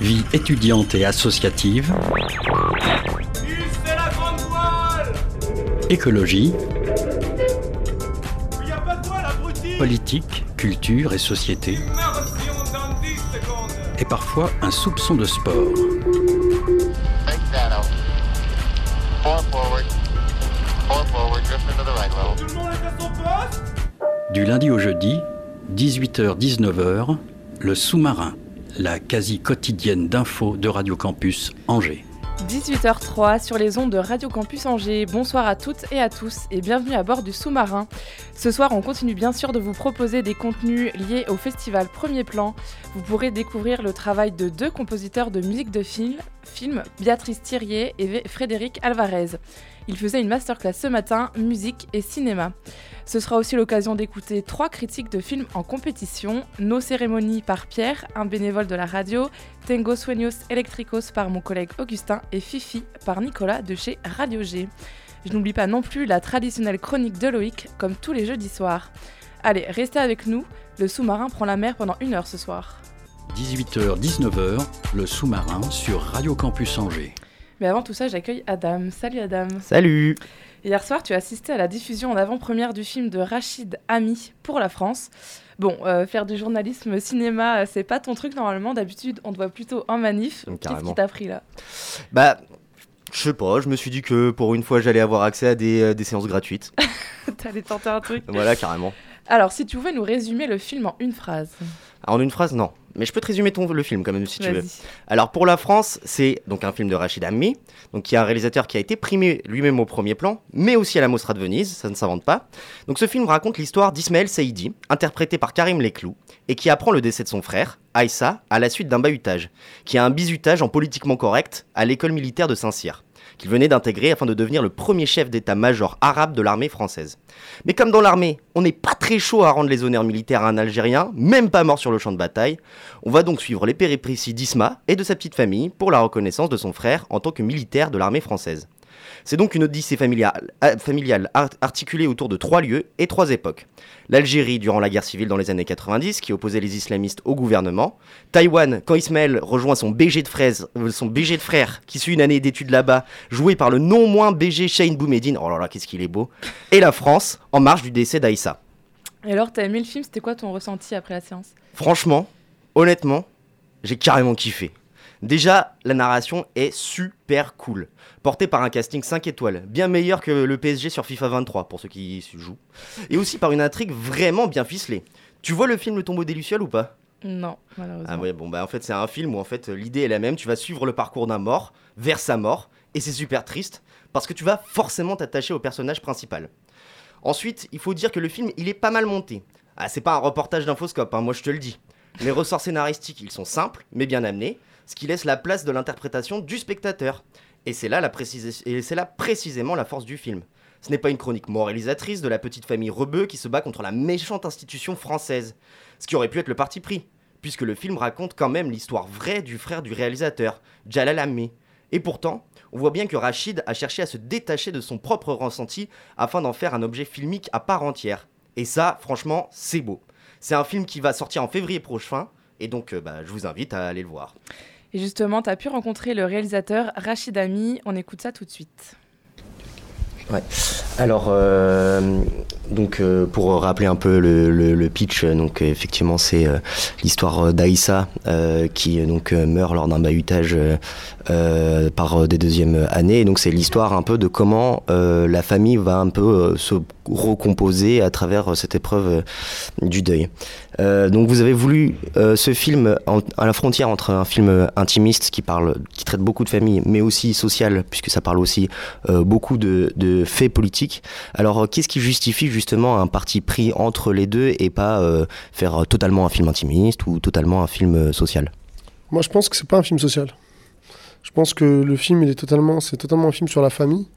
Vie étudiante et associative. C'est la grande voile. Écologie. Il n'y a pas de voile, abruti. Politique, culture et société. Immersion dans 10 secondes. Et parfois un soupçon de sport. Big shadow. 4 forward. 4 forward, drift into the right level. Tout le monde est à son poste. Du lundi au jeudi, 18h-19h, le sous-marin, la quasi quotidienne d'infos de Radio Campus Angers. 18h03 sur les ondes de Radio Campus Angers. Bonsoir à toutes et à tous et bienvenue à bord du sous-marin. Ce soir, on continue bien sûr de vous proposer des contenus liés au festival Premier Plan. Vous pourrez découvrir le travail de 2 compositeurs de musique de film, Béatrice Thirier et Frédéric Alvarez. Ils faisaient une masterclass ce matin, musique et cinéma. Ce sera aussi l'occasion d'écouter 3 critiques de films en compétition. Nos cérémonies par Pierre, un bénévole de la radio, Tengo Sueños Eléctricos par mon collègue Augustin et Fifi par Nicolas de chez Radio G. Je n'oublie pas non plus la traditionnelle chronique de Loïc, comme tous les jeudis soirs. Allez, restez avec nous, le sous-marin prend la mer pendant 1 heure ce soir. 18h-19h, le sous-marin sur Radio Campus Angers. Mais avant tout ça, j'accueille Adam. Salut Adam. Salut. Hier soir, tu as assisté à la diffusion en avant-première du film de Rachid Ami pour la France. Bon, faire du journalisme cinéma, c'est pas ton truc normalement. D'habitude, on te voit plutôt en manif. Qu'est-ce qui t'a pris là ? Bah, je sais pas, je me suis dit que pour une fois, j'allais avoir accès à des séances gratuites. T'allais tenter un truc ? Voilà, carrément. Alors, si tu pouvais nous résumer le film en une phrase. En une phrase, non. Mais je peux te résumer le film quand même si tu Vas-y. veux. Alors pour la France, c'est donc un film de Rachid Ami, donc qui est un réalisateur qui a été primé lui-même au Premier Plan, mais aussi à la Mostra de Venise, ça ne s'invente pas. Donc ce film raconte l'histoire d'Ismaël Saïdi, interprété par Karim Leclou, et qui apprend le décès de son frère, Aïssa, à la suite d'un bahutage, qui est un bizutage en politiquement correct à l'école militaire de Saint-Cyr, qu'il venait d'intégrer afin de devenir le premier chef d'état-major arabe de l'armée française. Mais comme dans l'armée, on n'est pas très chaud à rendre les honneurs militaires à un Algérien, même pas mort sur le champ de bataille, on va donc suivre les péripéties d'Isma et de sa petite famille pour la reconnaissance de son frère en tant que militaire de l'armée française. C'est donc une odyssée familiale articulée autour de 3 lieux et 3 époques. L'Algérie durant la guerre civile dans les années 90 qui opposait les islamistes au gouvernement. Taïwan quand Ismaël rejoint son BG de frère qui suit une année d'études là-bas, joué par le non moins BG Shane Boumedine. Oh là là, qu'est-ce qu'il est beau. Et la France en marge du décès d'Aïssa. Et alors, t'as aimé le film ? C'était quoi ton ressenti après la séance ? Franchement, honnêtement, j'ai carrément kiffé. Déjà, la narration est super cool, portée par un casting 5 étoiles, bien meilleur que le PSG sur FIFA 23, pour ceux qui jouent, et aussi par une intrigue vraiment bien ficelée. Tu vois le film Le Tombeau des Lucioles ou pas ? Non, malheureusement. Ah ouais, bon bah en fait c'est un film où en fait l'idée est la même, tu vas suivre le parcours d'un mort vers sa mort, et c'est super triste, parce que tu vas forcément t'attacher au personnage principal. Ensuite, il faut dire que le film, il est pas mal monté. Ah, c'est pas un reportage d'Infoscope, hein, moi je te le dis. Les ressorts scénaristiques, ils sont simples, mais bien amenés, ce qui laisse la place de l'interprétation du spectateur. Et c'est là précisément la force du film. Ce n'est pas une chronique moralisatrice de la petite famille rebeu qui se bat contre la méchante institution française, ce qui aurait pu être le parti pris, puisque le film raconte quand même l'histoire vraie du frère du réalisateur, Jalal Ami. Et pourtant, on voit bien que Rachid a cherché à se détacher de son propre ressenti afin d'en faire un objet filmique à part entière. Et ça, franchement, c'est beau. C'est un film qui va sortir en février prochain, et donc je vous invite à aller le voir. Et justement, tu as pu rencontrer le réalisateur Rachid Ami. On écoute ça tout de suite. Ouais. Alors, pour rappeler un peu le pitch, donc effectivement c'est l'histoire d'Aïssa qui meurt lors d'un bahutage par des deuxièmes années. Et donc c'est l'histoire un peu de comment la famille va un peu se recomposer à travers cette épreuve du deuil. Donc vous avez voulu ce film à la frontière entre un film intimiste qui traite beaucoup de famille, mais aussi social, puisque ça parle aussi beaucoup de faits politiques. Alors qu'est-ce qui justifie justement un parti pris entre les deux et pas faire totalement un film intimiste ou totalement un film social ? Moi je pense que c'est pas un film social. Je pense que le film c'est totalement un film sur la famille.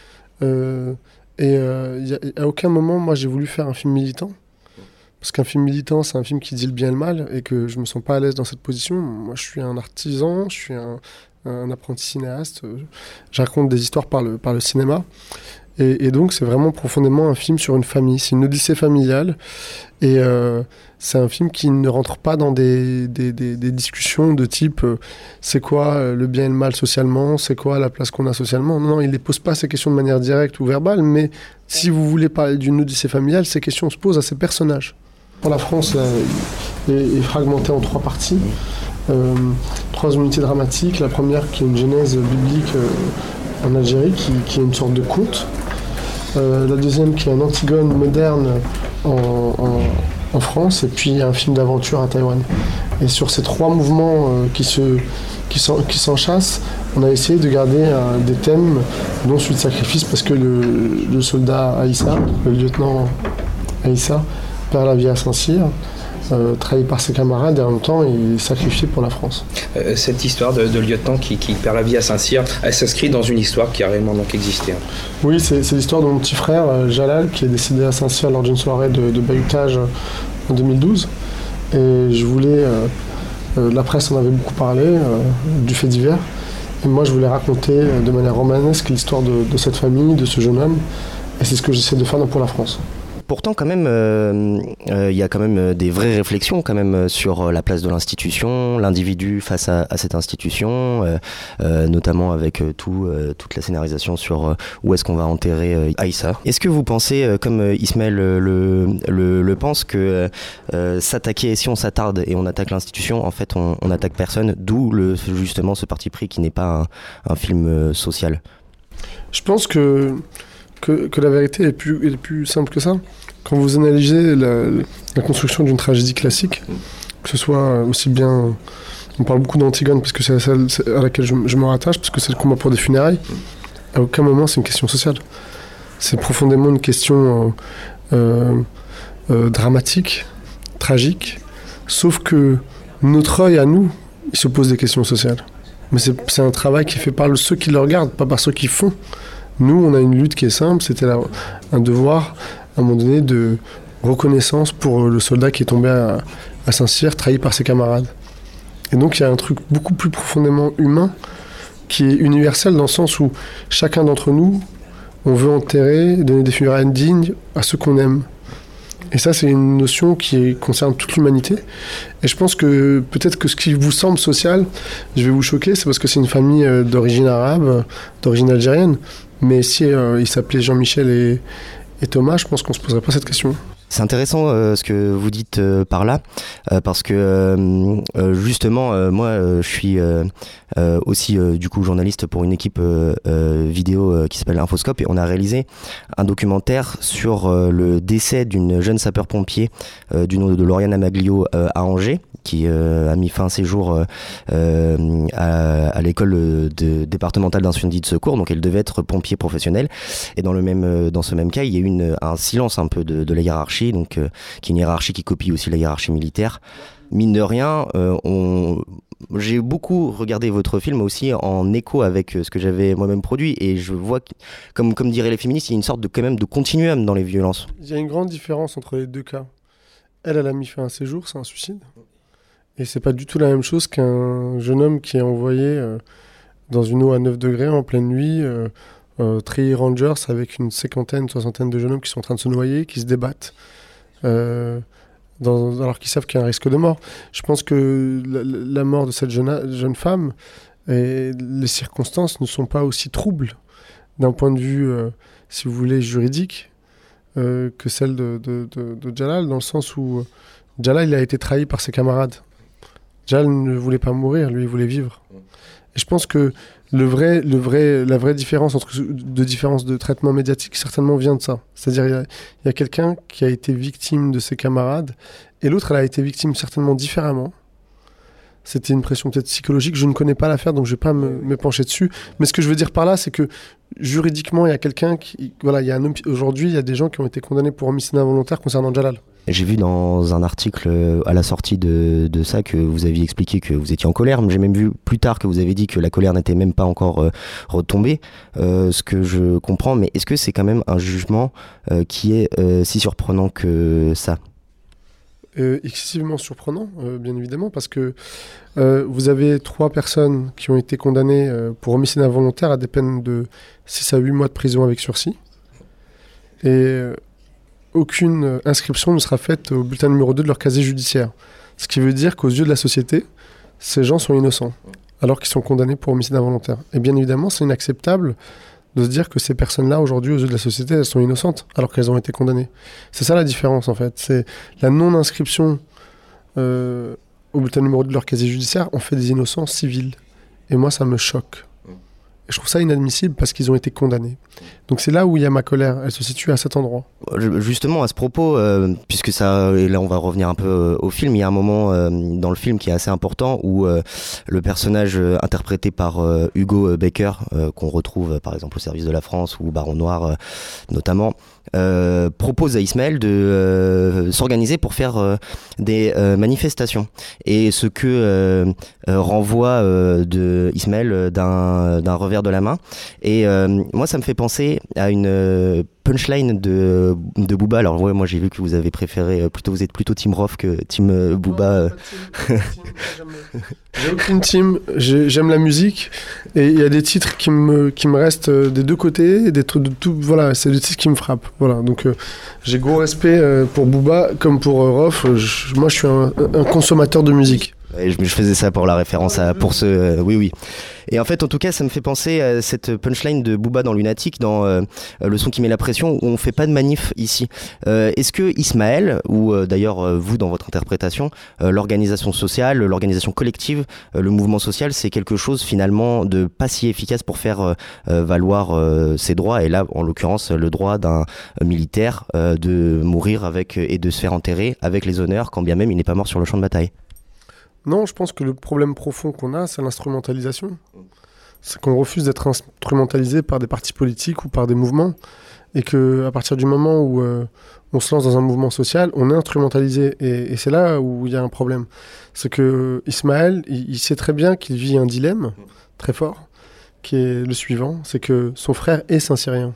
À aucun moment moi j'ai voulu faire un film militant. Parce qu'un film militant, c'est un film qui dit le bien et le mal, et que je me sens pas à l'aise dans cette position. Moi, je suis un artisan, je suis un apprenti cinéaste. Je raconte des histoires par le cinéma. Et donc c'est vraiment profondément un film sur une famille, c'est une odyssée familiale. Et c'est un film qui ne rentre pas dans des discussions de type c'est quoi le bien et le mal socialement, c'est quoi la place qu'on a socialement. Non, il ne pose pas ces questions de manière directe ou verbale, mais si vous voulez parler d'une odyssée familiale, ces questions se posent à ces personnages. Pour la France est fragmentée en 3 parties, 3 unités dramatiques. La première qui est une genèse biblique en Algérie, qui est une sorte de conte. La deuxième qui est un Antigone moderne en France, et puis un film d'aventure à Taïwan. Et sur ces 3 mouvements qui s'enchassent, on a essayé de garder des thèmes, dont celui de sacrifice, parce que le soldat Aïssa, le lieutenant Aïssa, perd la vie à Saint-Cyr, trahi par ses camarades, et en même temps il est sacrifié pour la France. Cette histoire de lieutenant qui perd la vie à Saint-Cyr, elle s'inscrit dans une histoire qui a réellement donc existé. Oui, c'est l'histoire de mon petit frère Jalal, qui est décédé à Saint-Cyr lors d'une soirée de bahutage en 2012. Et je voulais, la presse en avait beaucoup parlé, du fait divers. Et moi je voulais raconter de manière romanesque l'histoire de cette famille, de ce jeune homme. Et c'est ce que j'essaie de faire Pour la France. Pourtant, quand même, il y a quand même des vraies réflexions quand même sur la place de l'institution, l'individu face à cette institution, notamment avec toute la scénarisation sur où est-ce qu'on va enterrer Aïssa. Est-ce que vous pensez, comme Ismaël le pense, que s'attaquer, si on s'attarde et on attaque l'institution, en fait, on attaque personne, d'où justement ce parti pris qui n'est pas un film social? Je pense que la vérité est plus simple que ça. Quand vous analysez la construction d'une tragédie classique, que ce soit aussi bien... On parle beaucoup d'Antigone parce que c'est celle à laquelle je me rattache, parce que c'est le combat pour des funérailles. À aucun moment c'est une question sociale. C'est profondément une question dramatique, tragique, sauf que notre œil à nous, il se pose des questions sociales. Mais c'est un travail qui est fait par ceux qui le regardent, pas par ceux qui font. Nous, on a une lutte qui est simple, c'était un devoir, à un moment donné, de reconnaissance pour le soldat qui est tombé à Saint-Cyr, trahi par ses camarades. Et donc, il y a un truc beaucoup plus profondément humain, qui est universel dans le sens où chacun d'entre nous, on veut enterrer, donner des funérailles dignes à ceux qu'on aime. Et ça, c'est une notion qui concerne toute l'humanité. Et je pense que peut-être que ce qui vous semble social, je vais vous choquer, c'est parce que c'est une famille d'origine arabe, d'origine algérienne. Mais si il s'appelait Jean-Michel et Thomas, je pense qu'on ne se poserait pas cette question. C'est intéressant ce que vous dites par là, parce que justement, moi je suis aussi du coup journaliste pour une équipe vidéo qui s'appelle Infoscope, et on a réalisé un documentaire sur le décès d'une jeune sapeur-pompier du nom de Lauriane Amaglio à Angers, qui a mis fin à ses jours à l'école départementale d'incendie de secours, donc elle devait être pompier professionnel. Et dans ce même cas, il y a eu un silence un peu de la hiérarchie, donc qui est une hiérarchie qui copie aussi la hiérarchie militaire. Mine de rien, j'ai beaucoup regardé votre film aussi en écho avec ce que j'avais moi-même produit, et je vois, comme diraient les féministes, il y a une sorte quand même de continuum dans les violences. Il y a une grande différence entre les deux cas. Elle a mis fin à ses jours, c'est un suicide. Et c'est pas du tout la même chose qu'un jeune homme qui est envoyé dans une eau à 9 degrés en pleine nuit, Tri Rangers, avec une soixantaine de jeunes hommes qui sont en train de se noyer, qui se débattent, alors qu'ils savent qu'il y a un risque de mort. Je pense que la mort de cette jeune femme et les circonstances ne sont pas aussi troubles d'un point de vue, si vous voulez, juridique, que celle de Jalal, dans le sens où Jalal, il a été trahi par ses camarades. Jalal ne voulait pas mourir, lui, il voulait vivre. Et je pense que la vraie différence différence de traitement médiatique, certainement vient de ça. C'est-à-dire, il y a quelqu'un qui a été victime de ses camarades, et l'autre, elle a été victime certainement différemment. C'était une pression peut-être psychologique, je ne connais pas l'affaire, donc je ne vais pas me pencher dessus. Mais ce que je veux dire par là, c'est que juridiquement, il y a quelqu'un qui... Voilà, il y a aujourd'hui, il y a des gens qui ont été condamnés pour homicide involontaire concernant Jalal. J'ai vu dans un article à la sortie de ça que vous aviez expliqué que vous étiez en colère. J'ai même vu plus tard que vous avez dit que la colère n'était même pas encore retombée, ce que je comprends. Mais est-ce que c'est quand même un jugement qui est si surprenant que ça ? Excessivement surprenant, bien évidemment, parce que vous avez 3 personnes qui ont été condamnées pour homicide involontaire à des peines de 6 à 8 mois de prison avec sursis. et aucune inscription ne sera faite au bulletin numéro 2 de leur casier judiciaire. Ce qui veut dire qu'aux yeux de la société, ces gens sont innocents, alors qu'ils sont condamnés pour homicide involontaire. Et bien évidemment, c'est inacceptable de se dire que ces personnes-là, aujourd'hui, aux yeux de la société, elles sont innocentes, alors qu'elles ont été condamnées. C'est ça la différence, en fait. C'est la non-inscription au bulletin numéro 2 de leur casier judiciaire, on fait des innocents civils. Et moi, ça me choque. Et je trouve ça inadmissible parce qu'ils ont été condamnés. Donc c'est là où il y a ma colère, elle se situe à cet endroit. Justement, à ce propos, puisque ça, et là on va revenir un peu au film, il y a un moment dans le film qui est assez important où le personnage interprété par Hugo Baker, qu'on retrouve par exemple au Service de la France ou Baron Noir notamment, propose à Ismaël de s'organiser pour faire des manifestations. Et ce que renvoie de Ismaël d'un revers de la main. Et moi, ça me fait penser à une punchline de Booba. Alors ouais, moi j'ai vu que vous avez préféré vous êtes plutôt Team Rof que Team Booba. J'ai aucune team, j'aime la musique et il y a des titres qui me restent des deux côtés, des trucs de tout, voilà, c'est des titres qui me frappent. Voilà, donc j'ai gros respect pour Booba comme pour Rof. Moi je suis un consommateur de musique. Ouais, je faisais ça pour la référence pour ce oui. Et en fait, en tout cas, ça me fait penser à cette punchline de Booba dans Lunatic, dans le son qui met la pression, où on fait pas de manif ici. Est-ce que Ismaël, ou d'ailleurs vous dans votre interprétation, l'organisation sociale, l'organisation collective, le mouvement social, c'est quelque chose finalement de pas si efficace pour faire valoir ses droits, et là, en l'occurrence, le droit d'un militaire de mourir avec et de se faire enterrer avec les honneurs, quand bien même il n'est pas mort sur le champ de bataille? Non, je pense que le problème profond qu'on a, c'est l'instrumentalisation. C'est qu'on refuse d'être instrumentalisé par des partis politiques ou par des mouvements. Et qu'à partir du moment où on se lance dans un mouvement social, on est instrumentalisé. Et c'est là où il y a un problème. C'est que Ismaël, il sait très bien qu'il vit un dilemme très fort, qui est le suivant, c'est que son frère est Saint-Cyrien.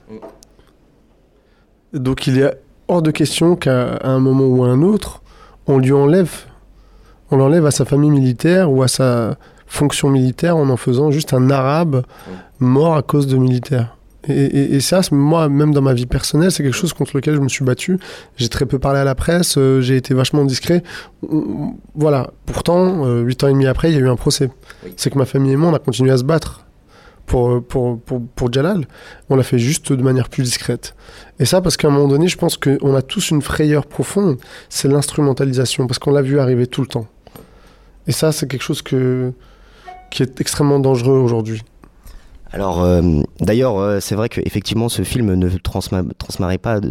Donc il est hors de question qu'à un moment ou à un autre, on l'enlève à sa famille militaire ou à sa fonction militaire en faisant juste un arabe mort à cause de militaires. Et ça, moi, même dans ma vie personnelle, c'est quelque chose contre lequel je me suis battu. J'ai très peu parlé à la presse, j'ai été vachement discret. Voilà. Pourtant, 8 ans et demi après, il y a eu un procès. C'est que ma famille et moi, on a continué à se battre pour Djalal. On l'a fait juste de manière plus discrète. Et ça, parce qu'à un moment donné, je pense qu'on a tous une frayeur profonde, c'est l'instrumentalisation, parce qu'on l'a vu arriver tout le temps. Et ça, c'est quelque chose qui est extrêmement dangereux aujourd'hui. Alors, d'ailleurs, c'est vrai qu'effectivement, ce film ne transparaît pas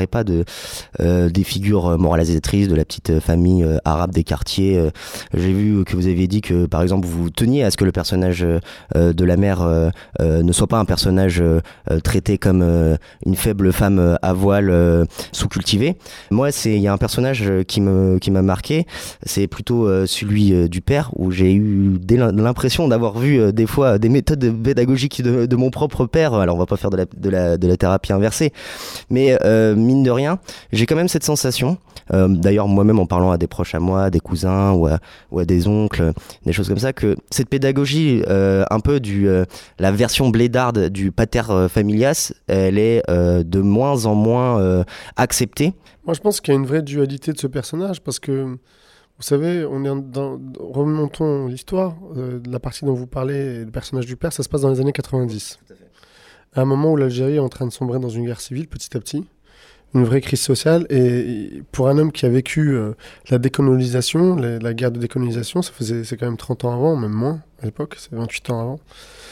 des figures moralisatrices de la petite famille arabe des quartiers. J'ai vu que vous aviez dit que, par exemple, vous teniez à ce que le personnage de la mère ne soit pas un personnage traité comme une faible femme à voile sous-cultivée. Moi, il y a un personnage qui m'a marqué, c'est plutôt celui du père, où j'ai eu l'impression d'avoir vu des fois des méthodes pédagogiques de mon propre père. Alors on va pas faire de la thérapie inversée, mais mine de rien, j'ai quand même cette sensation, d'ailleurs moi-même en parlant à des proches à moi, des cousins ou à des oncles, des choses comme ça, que cette pédagogie un peu la version blédarde du pater familias, elle est de moins en moins acceptée. Moi je pense qu'il y a une vraie dualité de ce personnage, parce que vous savez, remontons l'histoire, de la partie dont vous parlez, le personnage du père, ça se passe dans les années 90. Tout à fait. À un moment où l'Algérie est en train de sombrer dans une guerre civile, petit à petit, une vraie crise sociale, et pour un homme qui a vécu la décolonisation, la guerre de décolonisation, c'est quand même 30 ans avant, même moins à l'époque, c'est 28 ans avant,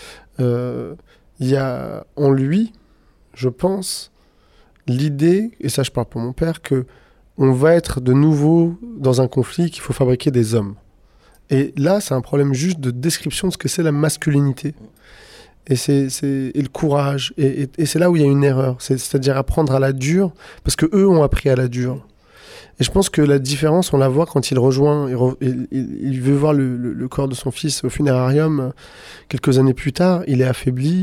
il y a en lui, je pense, l'idée, et ça je parle pour mon père, que on va être de nouveau dans un conflit qu'il faut fabriquer des hommes. Et là, c'est un problème juste de description de ce que c'est la masculinité. Et le courage. Et c'est là où il y a une erreur. C'est-à-dire apprendre à la dure, parce qu'eux ont appris à la dure. Et je pense que la différence, on la voit quand il rejoint, il veut voir le corps de son fils au funérarium. Quelques années plus tard, il est affaibli.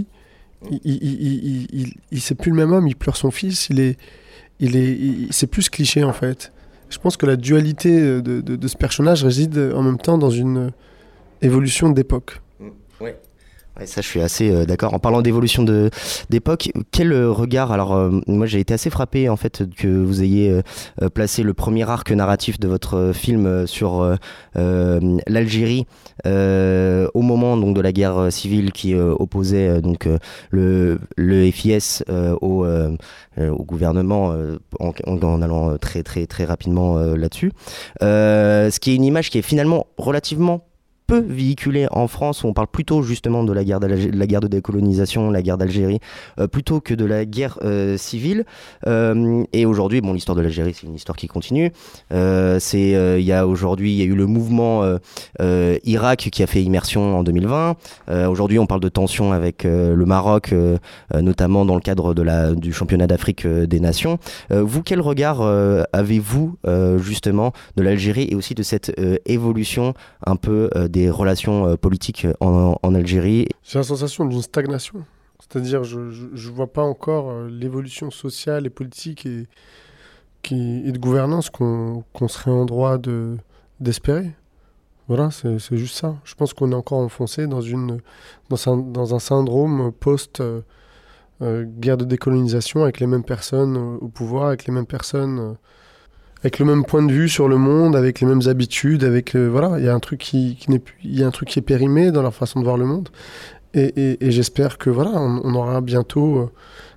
Il c'est plus le même homme, il pleure son fils, c'est plus cliché en fait. Je pense que la dualité de ce personnage réside en même temps dans une évolution d'époque. Ouais. Ouais, ça, je suis assez d'accord. En parlant d'évolution d'époque, quel regard... Alors, moi, j'ai été assez frappé, en fait, que vous ayez placé le premier arc narratif de votre film sur l'Algérie au moment donc, de la guerre civile qui opposait donc, le FIS au gouvernement en allant très, très, très rapidement là-dessus. Ce qui est une image qui est finalement relativement peu véhiculé en France, où on parle plutôt justement de la guerre de décolonisation, la guerre d'Algérie, plutôt que de la guerre civile. Et aujourd'hui, bon, l'histoire de l'Algérie, c'est une histoire qui continue. Il y a eu le mouvement Irak qui a fait immersion en 2020. Aujourd'hui, on parle de tensions avec le Maroc, notamment dans le cadre du championnat d'Afrique des Nations. Vous, quel regard avez-vous justement de l'Algérie et aussi de cette évolution un peu des relations politiques en Algérie? J'ai la sensation d'une stagnation. C'est-à-dire, je ne vois pas encore l'évolution sociale et politique et de gouvernance qu'on serait en droit d'espérer. Voilà, c'est juste ça. Je pense qu'on est encore enfoncé dans un syndrome post-guerre de décolonisation, avec les mêmes personnes au pouvoir, avec les mêmes personnes... avec le même point de vue sur le monde, avec les mêmes habitudes, voilà, il y a un truc qui est périmé dans leur façon de voir le monde, et j'espère que voilà, on aura bientôt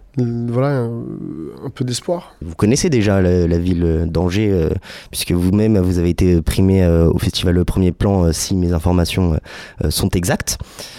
un peu d'espoir. Vous connaissez déjà la ville d'Angers, puisque vous-même vous avez été primé au festival Premier Plan, si mes informations sont exactes.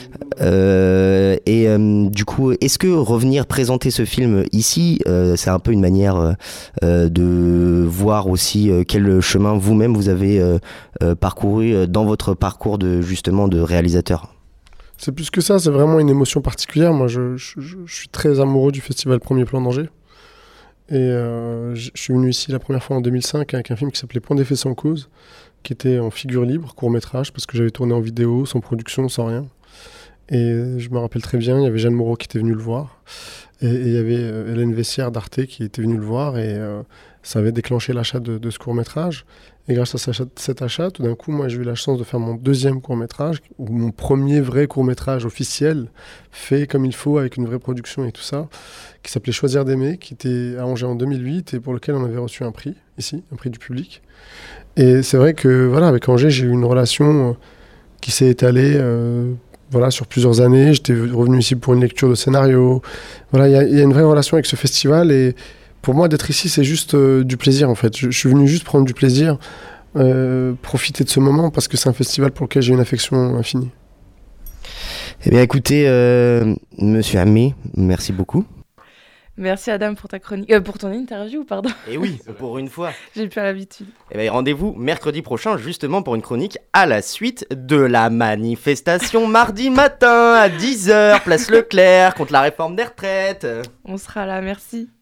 Du coup, est-ce que revenir présenter ce film ici, c'est un peu une manière de voir aussi quel chemin vous-même vous avez parcouru dans votre parcours de réalisateur? C'est plus que ça, c'est vraiment une émotion particulière. Moi, je suis très amoureux du festival Premier Plan d'Angers. Et je suis venu ici la première fois en 2005 avec un film qui s'appelait Point d'effet sans cause, qui était en figure libre, court-métrage, parce que j'avais tourné en vidéo, sans production, sans rien. Et je me rappelle très bien, il y avait Jeanne Moreau qui était venue le voir. Et il y avait Hélène Vessière d'Arte qui était venue le voir. Et ça avait déclenché l'achat de ce court-métrage. Et grâce à cet achat, tout d'un coup, moi, j'ai eu la chance de faire mon deuxième court-métrage, ou mon premier vrai court-métrage officiel, fait comme il faut, avec une vraie production et tout ça, qui s'appelait Choisir d'aimer, qui était à Angers en 2008 et pour lequel on avait reçu un prix, ici, un prix du public. Et c'est vrai que, voilà, avec Angers, j'ai eu une relation qui s'est étalée sur plusieurs années. J'étais revenu ici pour une lecture de scénario. Voilà, il y a une vraie relation avec ce festival et pour moi, d'être ici, c'est juste du plaisir, en fait. Je suis venu juste prendre du plaisir, profiter de ce moment, parce que c'est un festival pour lequel j'ai une affection infinie. Eh bien, écoutez, Monsieur Hammi, merci beaucoup. Merci Adam pour ta chronique, pour ton interview, pardon. Et oui, pour une fois. J'ai plus l'habitude. Eh bien, rendez-vous mercredi prochain, justement, pour une chronique à la suite de la manifestation mardi matin à 10h, place Leclerc, contre la réforme des retraites. On sera là, merci.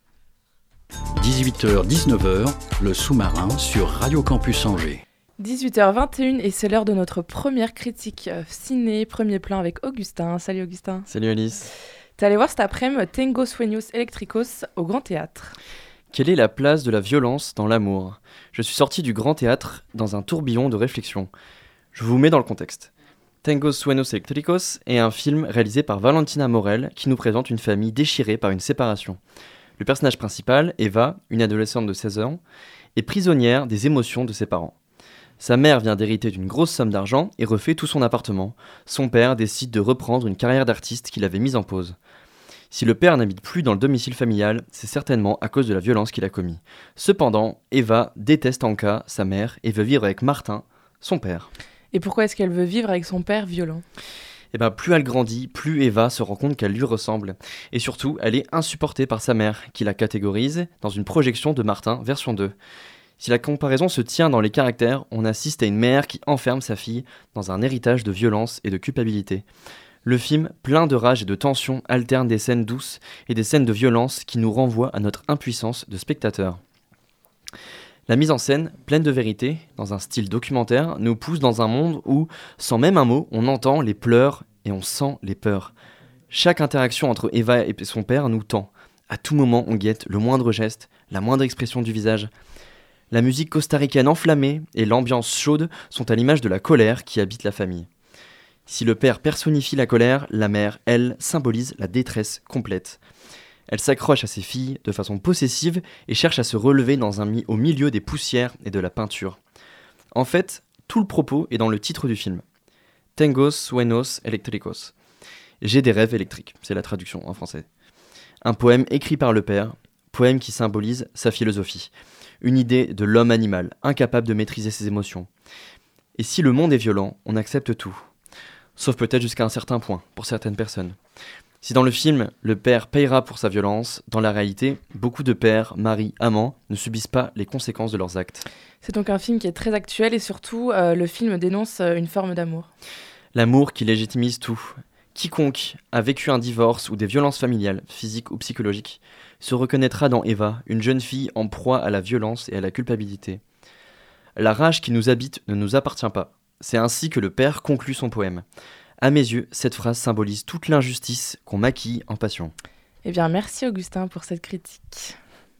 18h, 19h, le sous-marin sur Radio Campus Angers. 18h21 et c'est l'heure de notre première critique ciné, Premier Plan avec Augustin. Salut Augustin. Salut Alice. T'es allé voir cet après-midi Tango Sueños Eléctricos au Grand Théâtre. Quelle est la place de la violence dans l'amour ? Je suis sorti du Grand Théâtre dans un tourbillon de réflexion. Je vous mets dans le contexte. Tango Sueños Eléctricos est un film réalisé par Valentina Morel qui nous présente une famille déchirée par une séparation. Le personnage principal, Eva, une adolescente de 16 ans, est prisonnière des émotions de ses parents. Sa mère vient d'hériter d'une grosse somme d'argent et refait tout son appartement. Son père décide de reprendre une carrière d'artiste qu'il avait mise en pause. Si le père n'habite plus dans le domicile familial, c'est certainement à cause de la violence qu'il a commis. Cependant, Eva déteste Anka, sa mère, et veut vivre avec Martin, son père. Et pourquoi est-ce qu'elle veut vivre avec son père violent ? Plus elle grandit, plus Eva se rend compte qu'elle lui ressemble. Et surtout, elle est insupportée par sa mère, qui la catégorise dans une projection de Martin, version 2. Si la comparaison se tient dans les caractères, on assiste à une mère qui enferme sa fille dans un héritage de violence et de culpabilité. Le film, plein de rage et de tension, alterne des scènes douces et des scènes de violence qui nous renvoient à notre impuissance de spectateur. La mise en scène, pleine de vérité, dans un style documentaire, nous pousse dans un monde où, sans même un mot, on entend les pleurs et on sent les peurs. Chaque interaction entre Eva et son père nous tend. À tout moment, on guette le moindre geste, la moindre expression du visage. La musique costaricaine enflammée et l'ambiance chaude sont à l'image de la colère qui habite la famille. Si le père personnifie la colère, la mère, elle, symbolise la détresse complète. Elle s'accroche à ses filles de façon possessive et cherche à se relever au milieu des poussières et de la peinture. En fait, tout le propos est dans le titre du film. Tengo sueños eléctricos. J'ai des rêves électriques, c'est la traduction en français. Un poème écrit par le père, poème qui symbolise sa philosophie. Une idée de l'homme animal, incapable de maîtriser ses émotions. Et si le monde est violent, on accepte tout. Sauf peut-être jusqu'à un certain point, pour certaines personnes. Si dans le film, le père payera pour sa violence, dans la réalité, beaucoup de pères, maris, amants ne subissent pas les conséquences de leurs actes. C'est donc un film qui est très actuel et surtout, le film dénonce une forme d'amour. L'amour qui légitimise tout. Quiconque a vécu un divorce ou des violences familiales, physiques ou psychologiques, se reconnaîtra dans Eva, une jeune fille en proie à la violence et à la culpabilité. La rage qui nous habite ne nous appartient pas. C'est ainsi que le père conclut son poème. À mes yeux, cette phrase symbolise toute l'injustice qu'on maquille en passion. Eh bien, merci Augustin pour cette critique.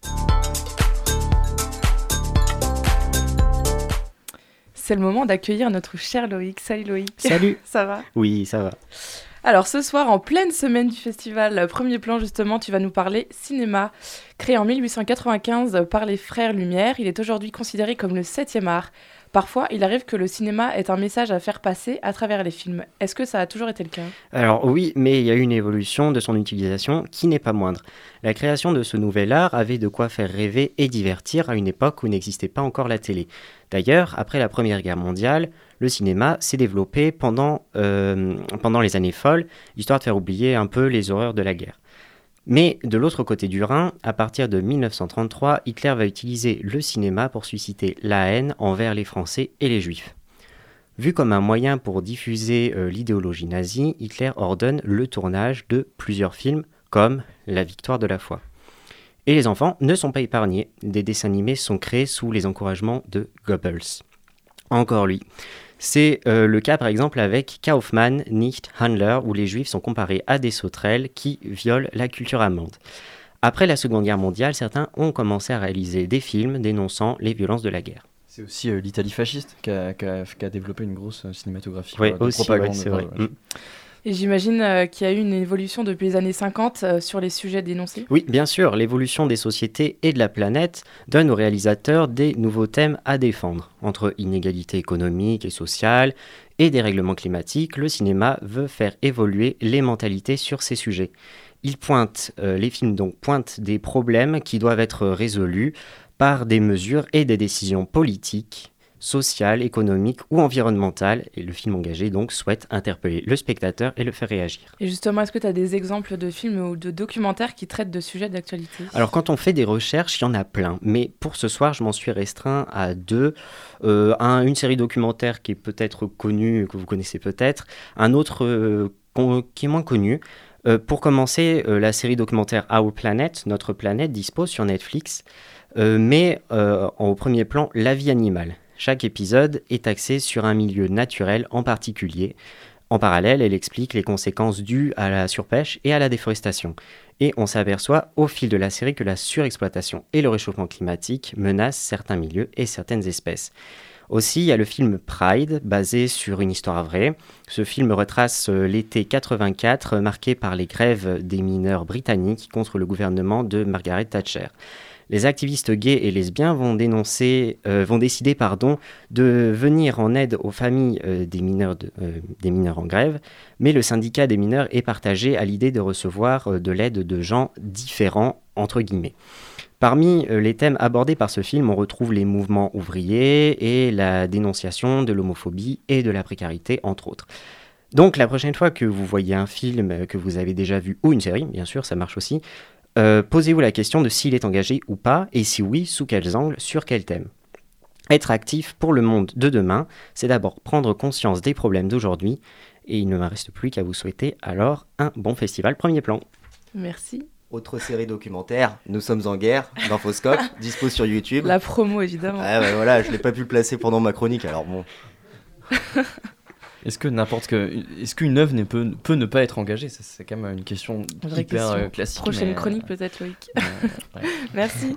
C'est le moment d'accueillir notre cher Loïc. Salut Loïc. Salut. Ça va ? Oui, ça va. Alors ce soir, en pleine semaine du festival Premier Plan, justement, tu vas nous parler cinéma. Créé en 1895 par les frères Lumière, il est aujourd'hui considéré comme le 7e art. Parfois, il arrive que le cinéma ait un message à faire passer à travers les films. Est-ce que ça a toujours été le cas ? Alors oui, mais il y a eu une évolution de son utilisation qui n'est pas moindre. La création de ce nouvel art avait de quoi faire rêver et divertir à une époque où n'existait pas encore la télé. D'ailleurs, après la Première Guerre mondiale, le cinéma s'est développé pendant les années folles, histoire de faire oublier un peu les horreurs de la guerre. Mais de l'autre côté du Rhin, à partir de 1933, Hitler va utiliser le cinéma pour susciter la haine envers les Français et les Juifs. Vu comme un moyen pour diffuser l'idéologie nazie, Hitler ordonne le tournage de plusieurs films comme La Victoire de la foi. Et les enfants ne sont pas épargnés, des dessins animés sont créés sous les encouragements de Goebbels. Encore lui. C'est le cas par exemple avec Kaufmann, nicht Handler, où les Juifs sont comparés à des sauterelles qui violent la culture allemande. Après la Seconde Guerre mondiale, certains ont commencé à réaliser des films dénonçant les violences de la guerre. C'est aussi l'Italie fasciste qui a développé une grosse cinématographie de propagande. Ouais, c'est vrai. Et j'imagine qu'il y a eu une évolution depuis les années 50 sur les sujets dénoncés. Oui, bien sûr, l'évolution des sociétés et de la planète donne aux réalisateurs des nouveaux thèmes à défendre. Entre inégalités économiques et sociales et dérèglements climatiques, le cinéma veut faire évoluer les mentalités sur ces sujets. Les films pointent des problèmes qui doivent être résolus par des mesures et des décisions politiques, sociale, économique ou environnementale, et le film engagé donc souhaite interpeller le spectateur et le faire réagir. Et justement, est-ce que tu as des exemples de films ou de documentaires qui traitent de sujets d'actualité ? Alors quand on fait des recherches, il y en a plein, mais pour ce soir, je m'en suis restreint à deux. Une série documentaire qui est peut-être connue, que vous connaissez peut-être, un autre qui est moins connu. Pour commencer, la série documentaire Our Planet, Notre planète, dispose sur Netflix, mais au premier plan, la vie animale. Chaque épisode est axé sur un milieu naturel en particulier. En parallèle, elle explique les conséquences dues à la surpêche et à la déforestation. Et on s'aperçoit au fil de la série que la surexploitation et le réchauffement climatique menacent certains milieux et certaines espèces. Aussi, il y a le film Pride, basé sur une histoire vraie. Ce film retrace l'été 84, marqué par les grèves des mineurs britanniques contre le gouvernement de Margaret Thatcher. Les activistes gays et lesbiens vont décider de venir en aide aux familles des mineurs en grève, mais le syndicat des mineurs est partagé à l'idée de recevoir de l'aide de gens différents, entre guillemets. Parmi les thèmes abordés par ce film, on retrouve les mouvements ouvriers et la dénonciation de l'homophobie et de la précarité, entre autres. Donc la prochaine fois que vous voyez un film que vous avez déjà vu, ou une série, bien sûr, ça marche aussi, posez-vous la question de s'il est engagé ou pas, et si oui, sous quels angles, sur quel thème. Être actif pour le monde de demain, c'est d'abord prendre conscience des problèmes d'aujourd'hui, et il ne me reste plus qu'à vous souhaiter alors un bon festival Premier Plan. Merci. Autre série documentaire, Nous sommes en guerre, d'Infoscope, dispo sur YouTube. La promo, évidemment. Ah ouais, voilà, je l'ai pas pu le placer pendant ma chronique, alors bon. Est-ce qu'une œuvre peut ne pas être engagée ? C'est quand même une question hyper classique. Prochaine chronique peut-être, Loïc. Ouais. Merci.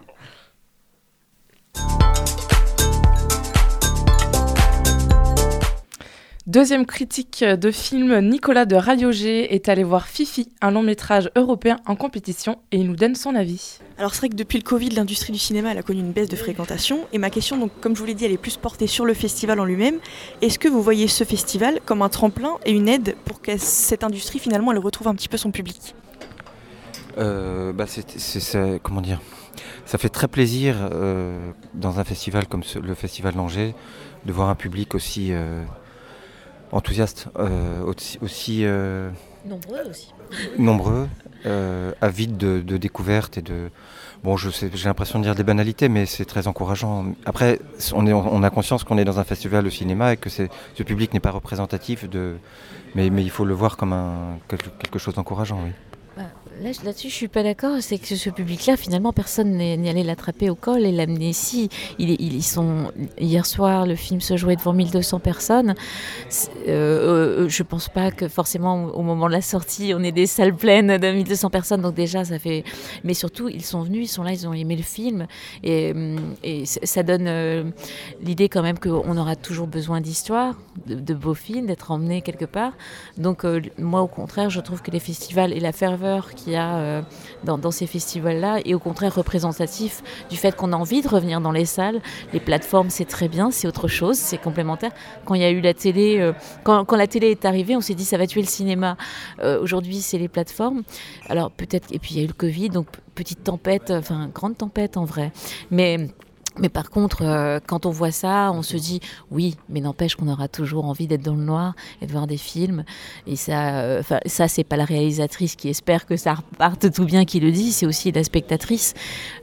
Deuxième critique de film, Nicolas de Radio G est allé voir Fifi, un long métrage européen en compétition, et il nous donne son avis. Alors c'est vrai que depuis le Covid, l'industrie du cinéma elle a connu une baisse de fréquentation. Et ma question, donc, comme je vous l'ai dit, elle est plus portée sur le festival en lui-même. Est-ce que vous voyez ce festival comme un tremplin et une aide pour que cette industrie finalement elle retrouve un petit peu son public ? Comment dire ? Ça fait très plaisir dans un festival comme le Festival d'Angers de voir un public aussi enthousiaste, aussi nombreux, avide de découvertes et de... Bon, j'ai l'impression de dire des banalités, mais c'est très encourageant. Après, on a conscience qu'on est dans un festival de cinéma et que ce public n'est pas représentatif mais il faut le voir comme quelque chose d'encourageant, oui. Là-dessus, je suis pas d'accord. C'est que ce public-là, finalement, personne n'est allé l'attraper au col et l'amener ici. Hier soir, le film se jouait devant 1200 personnes. Je pense pas que forcément, au moment de la sortie, on ait des salles pleines de 1200 personnes. Donc déjà, ça fait... Mais surtout, ils sont venus, ils sont là, ils ont aimé le film. Et ça donne l'idée quand même qu'on aura toujours besoin d'histoire, de beaux films, d'être emmenés quelque part. Donc moi, au contraire, je trouve que les festivals et la ferveur qu'il y a dans ces festivals-là est au contraire représentatif du fait qu'on a envie de revenir dans les salles. Les plateformes, c'est très bien, c'est autre chose, c'est complémentaire. Quand il y a eu la télé, quand la télé est arrivée, on s'est dit ça va tuer le cinéma. Aujourd'hui, c'est les plateformes. Alors peut-être, et puis il y a eu le Covid, donc petite tempête, enfin grande tempête en vrai. Mais par contre, quand on voit ça, on se dit oui, mais n'empêche qu'on aura toujours envie d'être dans le noir et de voir des films. Et ça, c'est pas la réalisatrice qui espère que ça reparte tout bien qui le dit, c'est aussi la spectatrice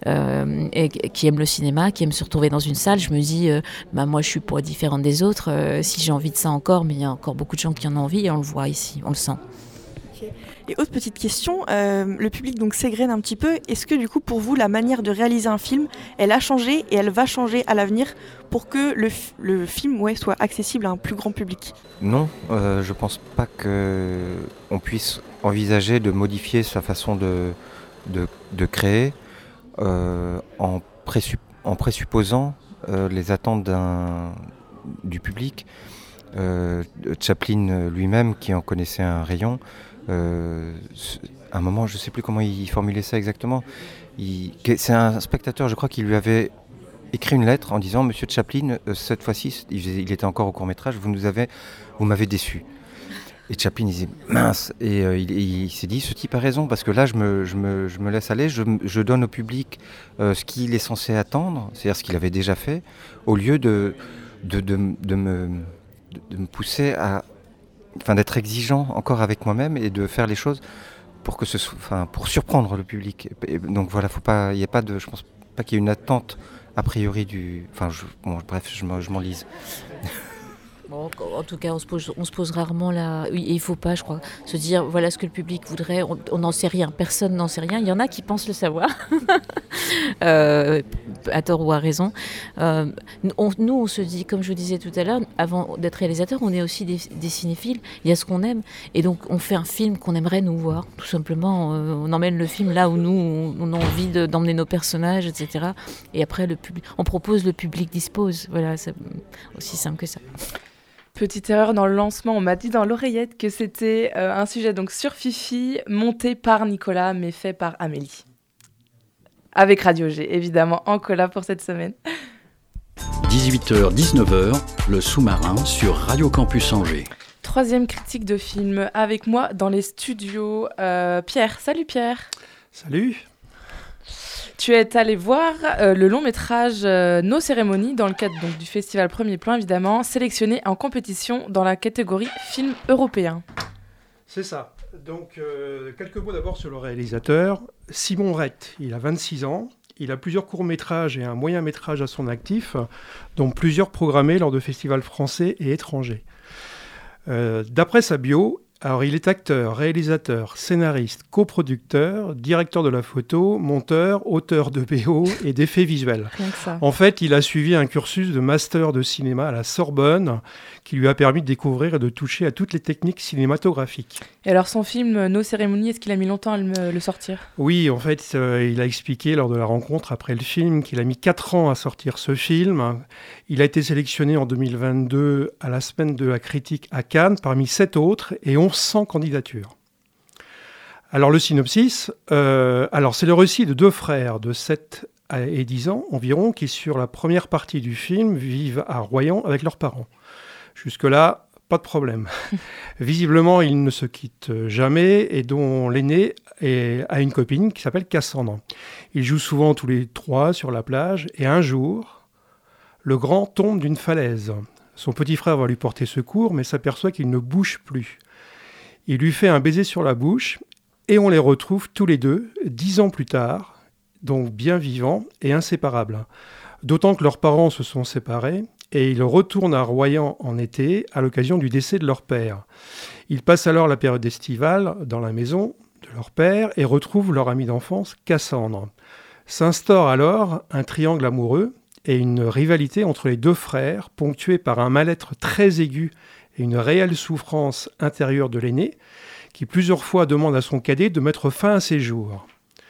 qui aime le cinéma, qui aime se retrouver dans une salle. Je me dis, moi je suis pas différente des autres, si j'ai envie de ça encore, mais il y a encore beaucoup de gens qui en ont envie et on le voit ici, on le sent. Et autre petite question, le public donc s'égrène un petit peu. Est-ce que du coup pour vous la manière de réaliser un film, elle a changé et elle va changer à l'avenir pour que le film soit accessible à un plus grand public ? Non, je pense pas qu'on puisse envisager de modifier sa façon de créer en présupposant les attentes du public. Chaplin lui-même, qui en connaissait un rayon, à un moment, je ne sais plus comment il formulait ça exactement. C'est un spectateur, je crois, qui lui avait écrit une lettre en disant « Monsieur Chaplin, cette fois-ci, il était encore au court-métrage, vous m'avez déçu. » Et Chaplin disait « Mince !» Et il s'est dit « Ce type a raison, parce que là, je me laisse aller, je donne au public ce qu'il est censé attendre, c'est-à-dire ce qu'il avait déjà fait, au lieu de me pousser à... d'être exigeant encore avec moi-même et de faire les choses pour surprendre le public. Et donc voilà, je pense pas qu'il y ait une attente a priori je m'enlise. Bon, en tout cas, on se pose rarement là. Oui, il ne faut pas, je crois, se dire voilà ce que le public voudrait. On n'en sait rien. Personne n'en sait rien. Il y en a qui pensent le savoir, à tort ou à raison. Nous, on se dit, comme je disais tout à l'heure, avant d'être réalisateur, on est aussi des cinéphiles. Il y a ce qu'on aime, et donc on fait un film qu'on aimerait nous voir. Tout simplement, on emmène le film là où nous on a envie d'emmener nos personnages, etc. Et après, on propose, le public dispose. Voilà, c'est aussi simple que ça. Petite erreur dans le lancement, on m'a dit dans l'oreillette que c'était un sujet donc sur Fifi, monté par Nicolas, mais fait par Amélie. Avec Radio G, évidemment, en collab pour cette semaine. 18h-19h, le sous-marin sur Radio Campus Angers. Troisième critique de film avec moi dans les studios, Pierre. Salut Pierre. Salut. Tu es allé voir le long métrage Nos cérémonies dans le cadre donc, du festival Premier Plan, évidemment, sélectionné en compétition dans la catégorie film européen. C'est ça. Donc, quelques mots d'abord sur le réalisateur. Simon Rett, il a 26 ans. Il a plusieurs courts-métrages et un moyen-métrage à son actif, dont plusieurs programmés lors de festivals français et étrangers. D'après sa bio, Alors, il est acteur, réalisateur, scénariste, coproducteur, directeur de la photo, monteur, auteur de BO et d'effets visuels. Rien que ça. En fait, il a suivi un cursus de master de cinéma à la Sorbonne qui lui a permis de découvrir et de toucher à toutes les techniques cinématographiques. Et alors, son film Nos cérémonies, est-ce qu'il a mis longtemps à le sortir ? Oui, en fait, il a expliqué lors de la rencontre après le film qu'il a mis 4 ans à sortir ce film. Il a été sélectionné en 2022 à la Semaine de la critique à Cannes parmi 7 autres et 1100 candidatures. Alors le synopsis, c'est le récit de 2 frères de 7 et 10 ans environ qui, sur la première partie du film, vivent à Royan avec leurs parents. Jusque-là, pas de problème. Visiblement, ils ne se quittent jamais et dont l'aîné a une copine qui s'appelle Cassandre. Ils jouent souvent tous les 3 sur la plage et un jour, le grand tombe d'une falaise. Son petit frère va lui porter secours mais s'aperçoit qu'il ne bouge plus. Il lui fait un baiser sur la bouche et on les retrouve tous les deux 10 ans plus tard, donc bien vivants et inséparables. D'autant que leurs parents se sont séparés et ils retournent à Royan en été à l'occasion du décès de leur père. Ils passent alors la période estivale dans la maison de leur père et retrouvent leur amie d'enfance, Cassandre. S'instaure alors un triangle amoureux et une rivalité entre les 2 frères, ponctuée par un mal-être très aigu et une réelle souffrance intérieure de l'aîné, qui plusieurs fois demande à son cadet de mettre fin à ses jours.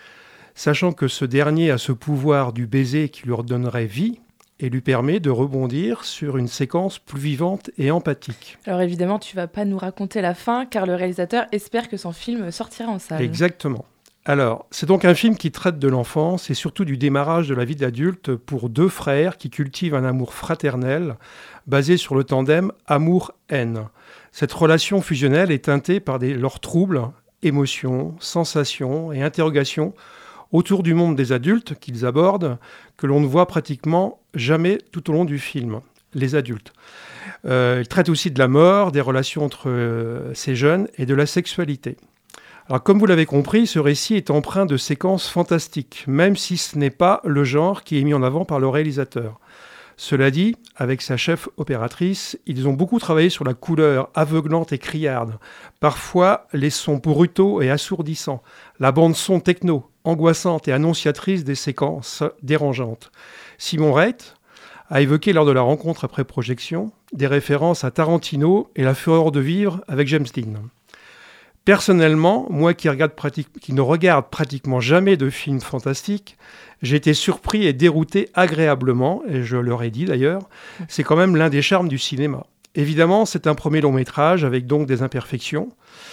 Sachant que ce dernier a ce pouvoir du baiser qui lui redonnerait vie, et lui permet de rebondir sur une séquence plus vivante et empathique. Alors évidemment, tu vas pas nous raconter la fin, car le réalisateur espère que son film sortira en salle. Exactement. Alors, c'est donc un film qui traite de l'enfance et surtout du démarrage de la vie d'adulte pour 2 frères qui cultivent un amour fraternel basé sur le tandem amour-haine. Cette relation fusionnelle est teintée par leurs troubles, émotions, sensations et interrogations autour du monde des adultes qu'ils abordent, que l'on ne voit pratiquement jamais tout au long du film, les adultes. Il traite aussi de la mort, des relations entre ces jeunes et de la sexualité. Alors, comme vous l'avez compris, ce récit est empreint de séquences fantastiques, même si ce n'est pas le genre qui est mis en avant par le réalisateur. Cela dit, avec sa chef opératrice, ils ont beaucoup travaillé sur la couleur aveuglante et criarde, parfois les sons brutaux et assourdissants, la bande-son techno, angoissante et annonciatrice des séquences dérangeantes. Simon Reit a évoqué lors de la rencontre après projection des références à Tarantino et La Fureur de vivre avec James Dean. Personnellement, moi qui ne regarde pratiquement jamais de films fantastiques, j'ai été surpris et dérouté agréablement, et je leur ai dit d'ailleurs, c'est quand même l'un des charmes du cinéma. Évidemment, c'est un premier long métrage avec donc des imperfections.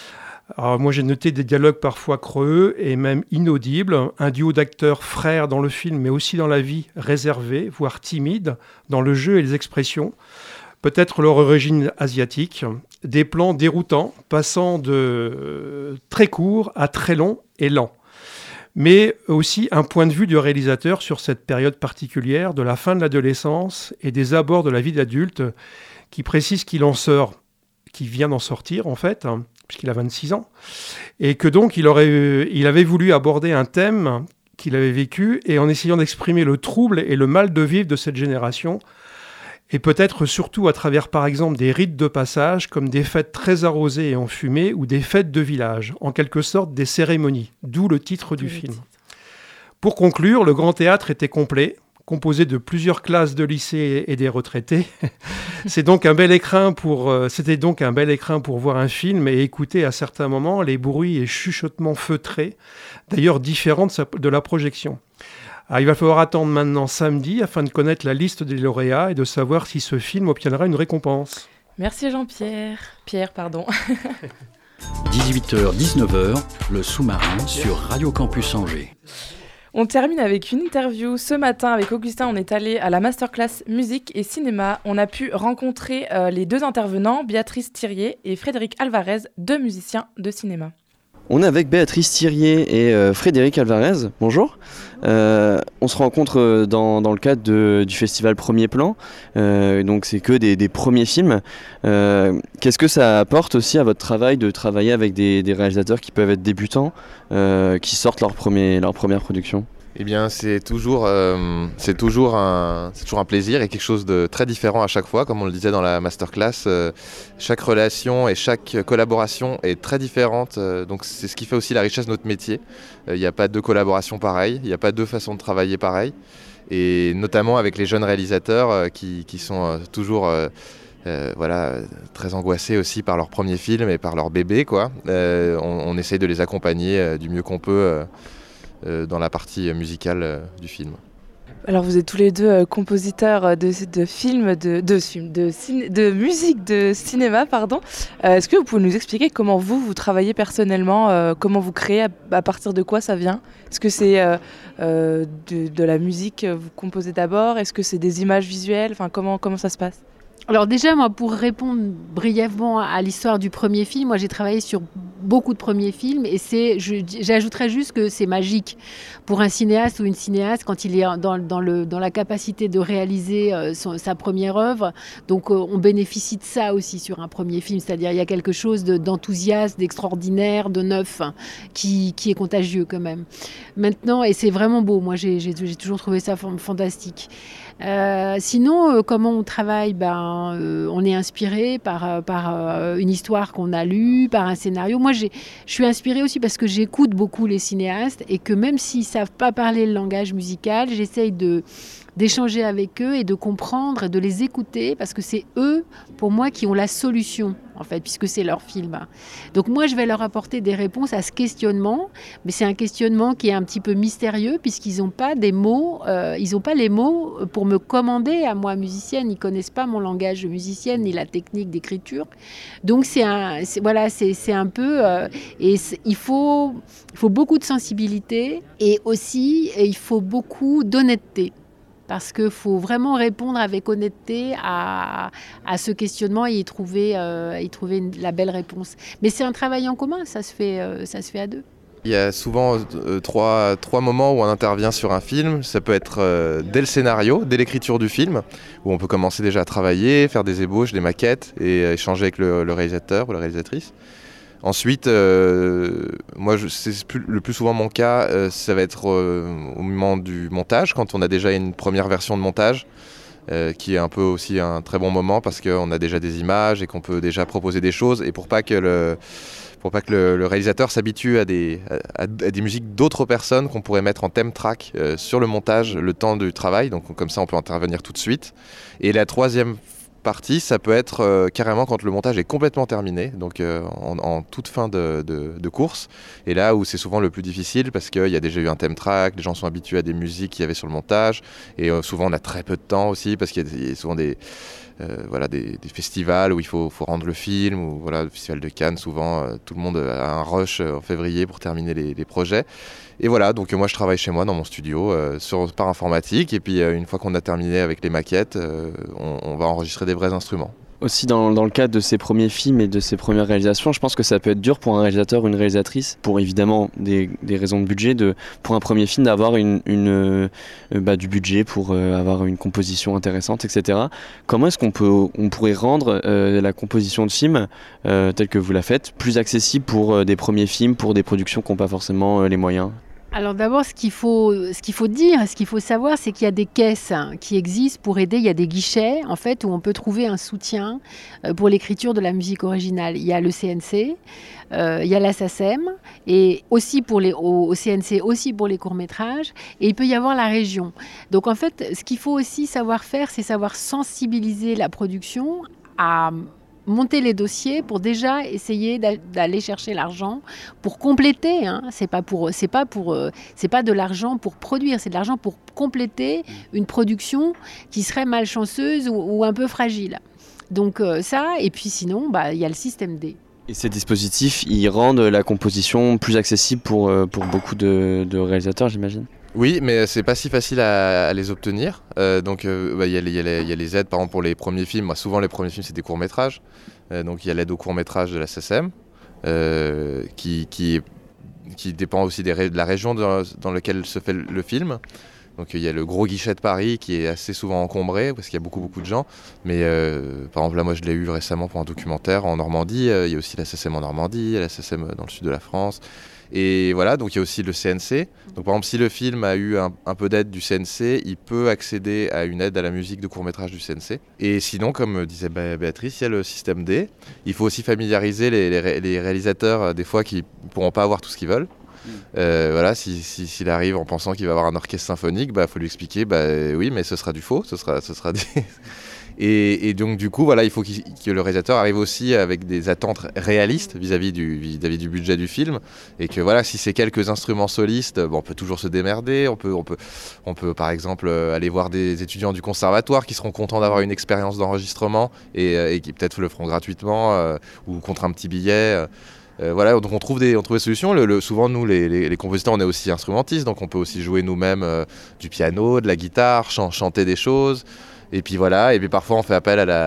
Alors moi j'ai noté des dialogues parfois creux et même inaudibles, un duo d'acteurs frères dans le film mais aussi dans la vie réservé, voire timide, dans le jeu et les expressions. Peut-être leur origine asiatique, des plans déroutants, passant de très court à très long et lent. Mais aussi un point de vue du réalisateur sur cette période particulière de la fin de l'adolescence et des abords de la vie d'adulte, qui précise qu'il vient d'en sortir en fait, puisqu'il a 26 ans, et que donc il avait voulu aborder un thème qu'il avait vécu, et en essayant d'exprimer le trouble et le mal de vivre de cette génération, et peut-être surtout à travers par exemple des rites de passage comme des fêtes très arrosées et enfumées ou des fêtes de village, en quelque sorte des cérémonies, d'où le titre du film. Pour conclure, le Grand Théâtre était complet, composé de plusieurs classes de lycée et des retraités. C'était donc un bel écrin pour voir un film et écouter à certains moments les bruits et chuchotements feutrés, d'ailleurs différents de la projection. Alors, il va falloir attendre maintenant samedi afin de connaître la liste des lauréats et de savoir si ce film obtiendra une récompense. Merci Jean-Pierre. 18h-19h, le sous-marin sur Radio Campus Angers. On termine avec une interview. Ce matin, avec Augustin, on est allé à la masterclass musique et cinéma. On a pu rencontrer les 2 intervenants, Béatrice Thirier et Frédéric Alvarez, 2 musiciens de cinéma. On est avec Béatrice Thirier et Frédéric Alvarez. Bonjour. On se rencontre dans le cadre du festival Premier Plan. Donc c'est que des premiers films. Qu'est-ce que ça apporte aussi à votre travail de travailler avec des réalisateurs qui peuvent être débutants, qui sortent leur première production ? Eh bien, c'est toujours un plaisir et quelque chose de très différent à chaque fois. Comme on le disait dans la masterclass, chaque relation et chaque collaboration est très différente. Donc c'est ce qui fait aussi la richesse de notre métier. Il n'y a pas deux collaborations pareilles, il n'y a pas deux façons de travailler pareilles. Et notamment avec les jeunes réalisateurs qui sont toujours très angoissés aussi par leur premier film et par leur bébé, quoi. On essaye de les accompagner du mieux qu'on peut dans la partie musicale du film. Alors vous êtes tous les deux compositeurs de films, de musique, de cinéma, pardon. Est-ce que vous pouvez nous expliquer comment vous travaillez personnellement, comment vous créez, à partir de quoi ça vient ? Est-ce que c'est de la musique, vous composez d'abord ? Est-ce que c'est des images visuelles ? Enfin, comment ça se passe ? Alors déjà, moi, pour répondre brièvement à l'histoire du premier film, moi j'ai travaillé sur beaucoup de premiers films et j'ajouterais juste que c'est magique pour un cinéaste ou une cinéaste quand il est dans la capacité de réaliser sa première œuvre. Donc on bénéficie de ça aussi sur un premier film, c'est-à-dire il y a quelque chose d'enthousiaste, d'extraordinaire, de neuf, qui est contagieux quand même. Maintenant, et c'est vraiment beau, moi j'ai toujours trouvé ça fantastique. Sinon, comment on travaille ? On est inspiré par une histoire qu'on a lue, par un scénario. Moi, je suis inspirée aussi parce que j'écoute beaucoup les cinéastes et que même s'ils ne savent pas parler le langage musical, j'essaye d'échanger avec eux et de comprendre et de les écouter parce que c'est eux, pour moi, qui ont la solution, en fait, puisque c'est leur film. Donc moi, je vais leur apporter des réponses à ce questionnement, mais c'est un questionnement qui est un petit peu mystérieux puisqu'ils n'ont pas des mots, ils n'ont pas les mots pour me commander à moi, musicienne. Ils ne connaissent pas mon langage de musicienne ni la technique d'écriture. Donc c'est un peu... il faut beaucoup de sensibilité et aussi il faut beaucoup d'honnêteté. Parce qu'il faut vraiment répondre avec honnêteté à ce questionnement et y trouver la belle réponse. Mais c'est un travail en commun, ça se fait à deux. Il y a souvent trois moments où on intervient sur un film. Ça peut être dès le scénario, dès l'écriture du film, où on peut commencer déjà à travailler, faire des ébauches, des maquettes et échanger avec le réalisateur ou la réalisatrice. Ensuite, moi, c'est le plus souvent mon cas, ça va être au moment du montage, quand on a déjà une première version de montage, qui est un peu aussi un très bon moment parce qu'on a déjà des images et qu'on peut déjà proposer des choses. Et pour pas que le réalisateur s'habitue à des musiques d'autres personnes qu'on pourrait mettre en theme track sur le montage, le temps du travail. Donc comme ça, on peut intervenir tout de suite. Et la troisième partie, ça peut être carrément quand le montage est complètement terminé, donc en toute fin de course, et là où c'est souvent le plus difficile parce qu'il y a déjà eu un theme track, les gens sont habitués à des musiques qu'il y avait sur le montage, et souvent on a très peu de temps aussi parce qu'il y a souvent des festivals où il faut rendre le film, ou voilà, le festival de Cannes, souvent tout le monde a un rush en février pour terminer les projets. Et voilà, donc moi je travaille chez moi dans mon studio par informatique, et puis une fois qu'on a terminé avec les maquettes, on va enregistrer des vrais instruments. Aussi dans le cadre de ses premiers films et de ses premières réalisations, je pense que ça peut être dur pour un réalisateur ou une réalisatrice, pour évidemment des raisons de budget, pour un premier film d'avoir du budget pour avoir une composition intéressante, etc. Comment est-ce qu'on pourrait rendre la composition de film telle que vous la faites plus accessible pour des premiers films, pour des productions qui n'ont pas forcément les moyens ? Alors d'abord, ce qu'il faut dire, ce qu'il faut savoir, c'est qu'il y a des caisses qui existent pour aider. Il y a des guichets, en fait, où on peut trouver un soutien pour l'écriture de la musique originale. Il y a le CNC, il y a la SACEM, et aussi au CNC, aussi pour les courts-métrages, et il peut y avoir la région. Donc en fait, ce qu'il faut aussi savoir faire, c'est savoir sensibiliser la production à monter les dossiers pour déjà essayer d'aller chercher l'argent pour compléter. C'est pas de l'argent pour produire, c'est de l'argent pour compléter une production qui serait malchanceuse ou un peu fragile. Donc ça, et puis sinon, il y a le système D. Et ces dispositifs, ils rendent la composition plus accessible pour beaucoup de réalisateurs, j'imagine ? Oui, mais c'est pas si facile à les obtenir. Donc il y a les aides, par exemple pour les premiers films. Moi, souvent les premiers films c'est des courts-métrages. Donc il y a l'aide aux courts-métrages de la SACEM, qui dépend aussi de la région dans laquelle se fait le film. Donc il y a le gros guichet de Paris qui est assez souvent encombré parce qu'il y a beaucoup de gens. Mais par exemple là moi je l'ai eu récemment pour un documentaire en Normandie. Il y a aussi la SSM en Normandie, il y a la SSM dans le sud de la France. Et voilà, donc il y a aussi le CNC. Donc par exemple si le film a eu un peu d'aide du CNC, il peut accéder à une aide à la musique de court-métrage du CNC. Et sinon, comme disait Béatrice, il y a le système D. Il faut aussi familiariser les réalisateurs des fois qui ne pourront pas avoir tout ce qu'ils veulent. Voilà, s'il arrive en pensant qu'il va avoir un orchestre symphonique, faut lui expliquer, oui, mais ce sera du faux, ce sera des... Et donc du coup, voilà, il faut que le réalisateur arrive aussi avec des attentes réalistes vis-à-vis du budget du film, et que voilà, si c'est quelques instruments solistes, on peut toujours se démerder. On peut par exemple aller voir des étudiants du conservatoire qui seront contents d'avoir une expérience d'enregistrement et qui peut-être le feront gratuitement ou contre un petit billet. Voilà, donc on trouve des solutions. Souvent, nous, les compositeurs, on est aussi instrumentistes, donc on peut aussi jouer nous-mêmes du piano, de la guitare, chanter des choses. Et puis voilà, et puis parfois on fait appel à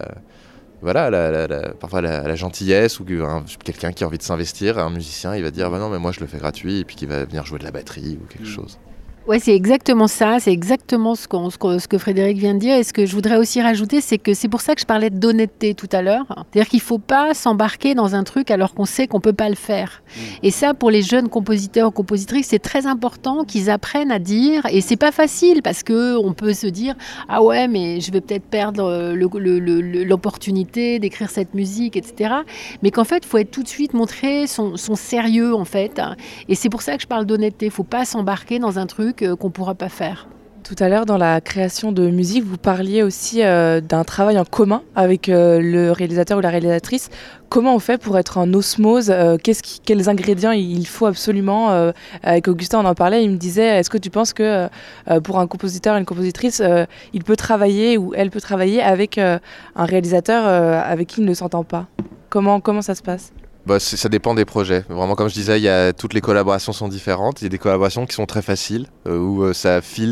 la gentillesse ou quelqu'un qui a envie de s'investir, un musicien, il va dire non mais moi je le fais gratuit, et puis qui va venir jouer de la batterie ou quelque chose. Ouais, c'est exactement ça, c'est exactement ce que Frédéric vient de dire. Et ce que je voudrais aussi rajouter, c'est que c'est pour ça que je parlais d'honnêteté tout à l'heure. C'est-à-dire qu'il ne faut pas s'embarquer dans un truc alors qu'on sait qu'on ne peut pas le faire. Et ça, pour les jeunes compositeurs ou compositrices, c'est très important qu'ils apprennent à dire. Et c'est pas facile parce qu'on peut se dire « Ah ouais, mais je vais peut-être perdre l'opportunité d'écrire cette musique, etc. » Mais qu'en fait, il faut être tout de suite montrer son sérieux, en fait. Et c'est pour ça que je parle d'honnêteté. Il ne faut pas s'embarquer dans un truc qu'on ne pourra pas faire. Tout à l'heure, dans la création de musique, vous parliez aussi d'un travail en commun avec le réalisateur ou la réalisatrice. Comment on fait pour être en osmose ? Quels ingrédients il faut absolument Avec Augustin, on en parlait, il me disait, est-ce que tu penses que pour un compositeur et une compositrice, il peut travailler ou elle peut travailler avec un réalisateur avec qui il ne s'entend pas ? Comment ça se passe ? Ça dépend des projets. Vraiment, comme je disais, toutes les collaborations sont différentes. Il y a des collaborations qui sont très faciles, où ça file.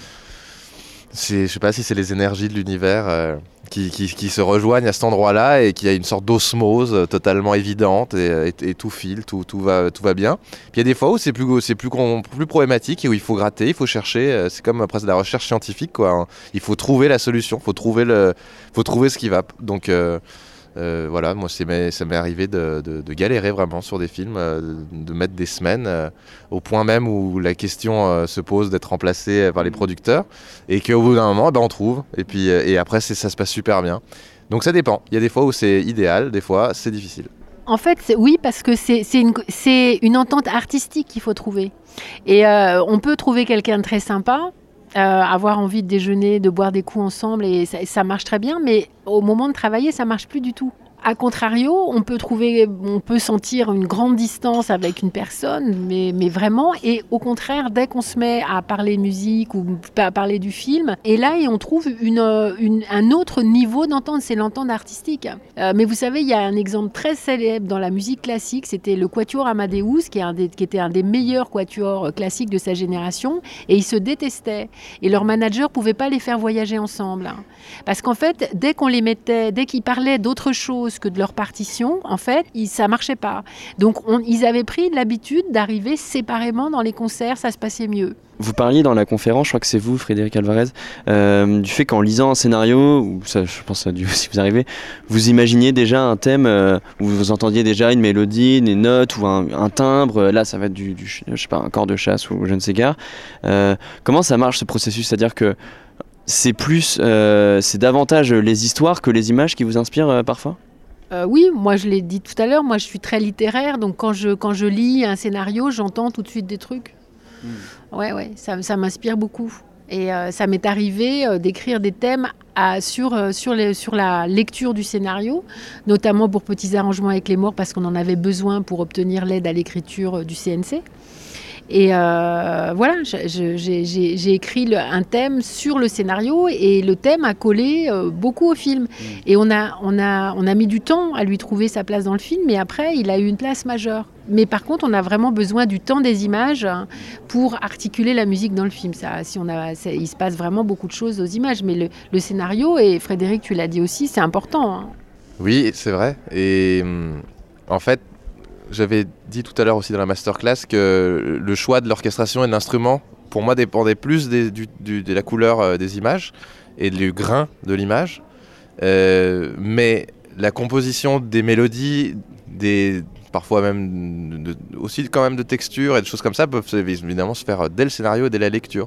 Je sais pas si c'est les énergies de l'univers qui se rejoignent à cet endroit-là et qu'il y a une sorte d'osmose totalement évidente et tout file, tout va bien. Puis il y a des fois où c'est plus problématique et où il faut gratter, il faut chercher. C'est comme presque de la recherche scientifique, quoi, hein. Il faut trouver la solution, faut trouver ce qui va. Donc voilà, moi ça m'est arrivé de galérer vraiment sur des films, de mettre des semaines au point même où la question se pose d'être remplacée par les producteurs et qu'au bout d'un moment on trouve et après ça se passe super bien. Donc ça dépend, il y a des fois où c'est idéal, des fois c'est difficile. En fait, oui, parce que c'est une entente artistique qu'il faut trouver. Et on peut trouver quelqu'un de très sympa, avoir envie de déjeuner, de boire des coups ensemble, et ça marche très bien, mais au moment de travailler, ça marche plus du tout. A contrario, on peut sentir une grande distance avec une personne, mais vraiment, et au contraire, dès qu'on se met à parler musique ou à parler du film, et là, on trouve un autre niveau d'entente, c'est l'entente artistique. Mais vous savez, il y a un exemple très célèbre dans la musique classique, c'était le Quatuor Amadeus, qui était un des meilleurs quatuors classiques de sa génération, et ils se détestaient. Et leur manager ne pouvait pas les faire voyager ensemble. Parce qu'en fait, dès qu'ils parlaient d'autre chose que de leur partition, en fait, ça marchait pas. Donc, ils avaient pris l'habitude d'arriver séparément dans les concerts, ça se passait mieux. Vous parliez dans la conférence, je crois que c'est vous, Frédéric Alvarez, du fait qu'en lisant un scénario, ou ça, je pense que ça a dû aussi vous arriver, vous imaginiez déjà un thème où vous entendiez déjà une mélodie, des notes ou un timbre. Là, ça va être je sais pas, un corps de chasse ou je ne sais gare. Comment ça marche ce processus ? C'est-à-dire que c'est davantage les histoires que les images qui vous inspirent parfois ? Oui, moi je l'ai dit tout à l'heure, moi je suis très littéraire, donc quand je lis un scénario, j'entends tout de suite des trucs. Ouais, ça m'inspire beaucoup. Et ça m'est arrivé d'écrire des thèmes sur la lecture du scénario, notamment pour Petits arrangements avec les morts, parce qu'on en avait besoin pour obtenir l'aide à l'écriture du CNC. Et voilà, j'ai écrit un thème sur le scénario et le thème a collé beaucoup au film. Et on a mis du temps à lui trouver sa place dans le film, mais après, il a eu une place majeure. Mais par contre, on a vraiment besoin du temps des images pour articuler la musique dans le film. Il se passe vraiment beaucoup de choses aux images, mais le scénario, et Frédéric, tu l'as dit aussi, c'est important. Hein. Oui, c'est vrai. Et en fait, j'avais dit tout à l'heure aussi dans la masterclass que le choix de l'orchestration et de l'instrument pour moi, dépendait plus de la couleur des images et du grain de l'image. Mais la composition des mélodies, parfois même aussi quand même de textures et de choses comme ça peuvent évidemment se faire dès le scénario et dès la lecture.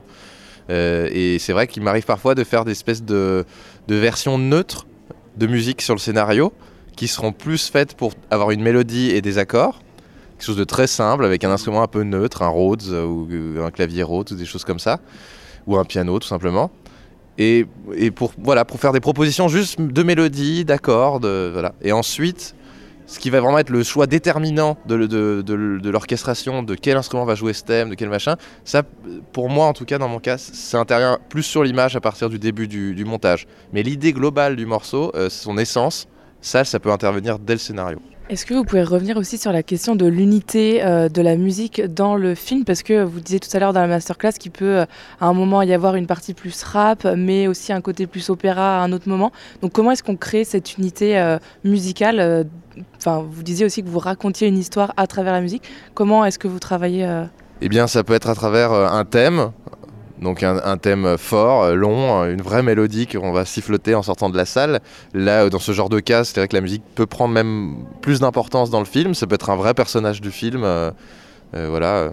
Et c'est vrai qu'il m'arrive parfois de faire des espèces de versions neutres de musique sur le scénario qui seront plus faites pour avoir une mélodie et des accords, quelque chose de très simple avec un instrument un peu neutre, un Rhodes ou un clavier Rhodes ou des choses comme ça, ou un piano tout simplement. Et pour faire des propositions juste de mélodie, d'accords, voilà. Et ensuite, ce qui va vraiment être le choix déterminant de l'orchestration, de quel instrument va jouer ce thème, de quel machin, ça, pour moi en tout cas, dans mon cas, ça intervient plus sur l'image à partir du début du montage. Mais l'idée globale du morceau, son essence, ça peut intervenir dès le scénario. Est-ce que vous pouvez revenir aussi sur la question de l'unité de la musique dans le film? Parce que vous disiez tout à l'heure dans la masterclass qu'il peut à un moment y avoir une partie plus rap, mais aussi un côté plus opéra à un autre moment. Donc comment est-ce qu'on crée cette unité musicale? Vous disiez aussi que vous racontiez une histoire à travers la musique. Comment est-ce que vous travaillez Eh bien, ça peut être à travers un thème. Donc un thème fort, long, une vraie mélodie qu'on va siffloter en sortant de la salle. Là, dans ce genre de cas, c'est vrai que la musique peut prendre même plus d'importance dans le film. Ça peut être un vrai personnage du film. Voilà.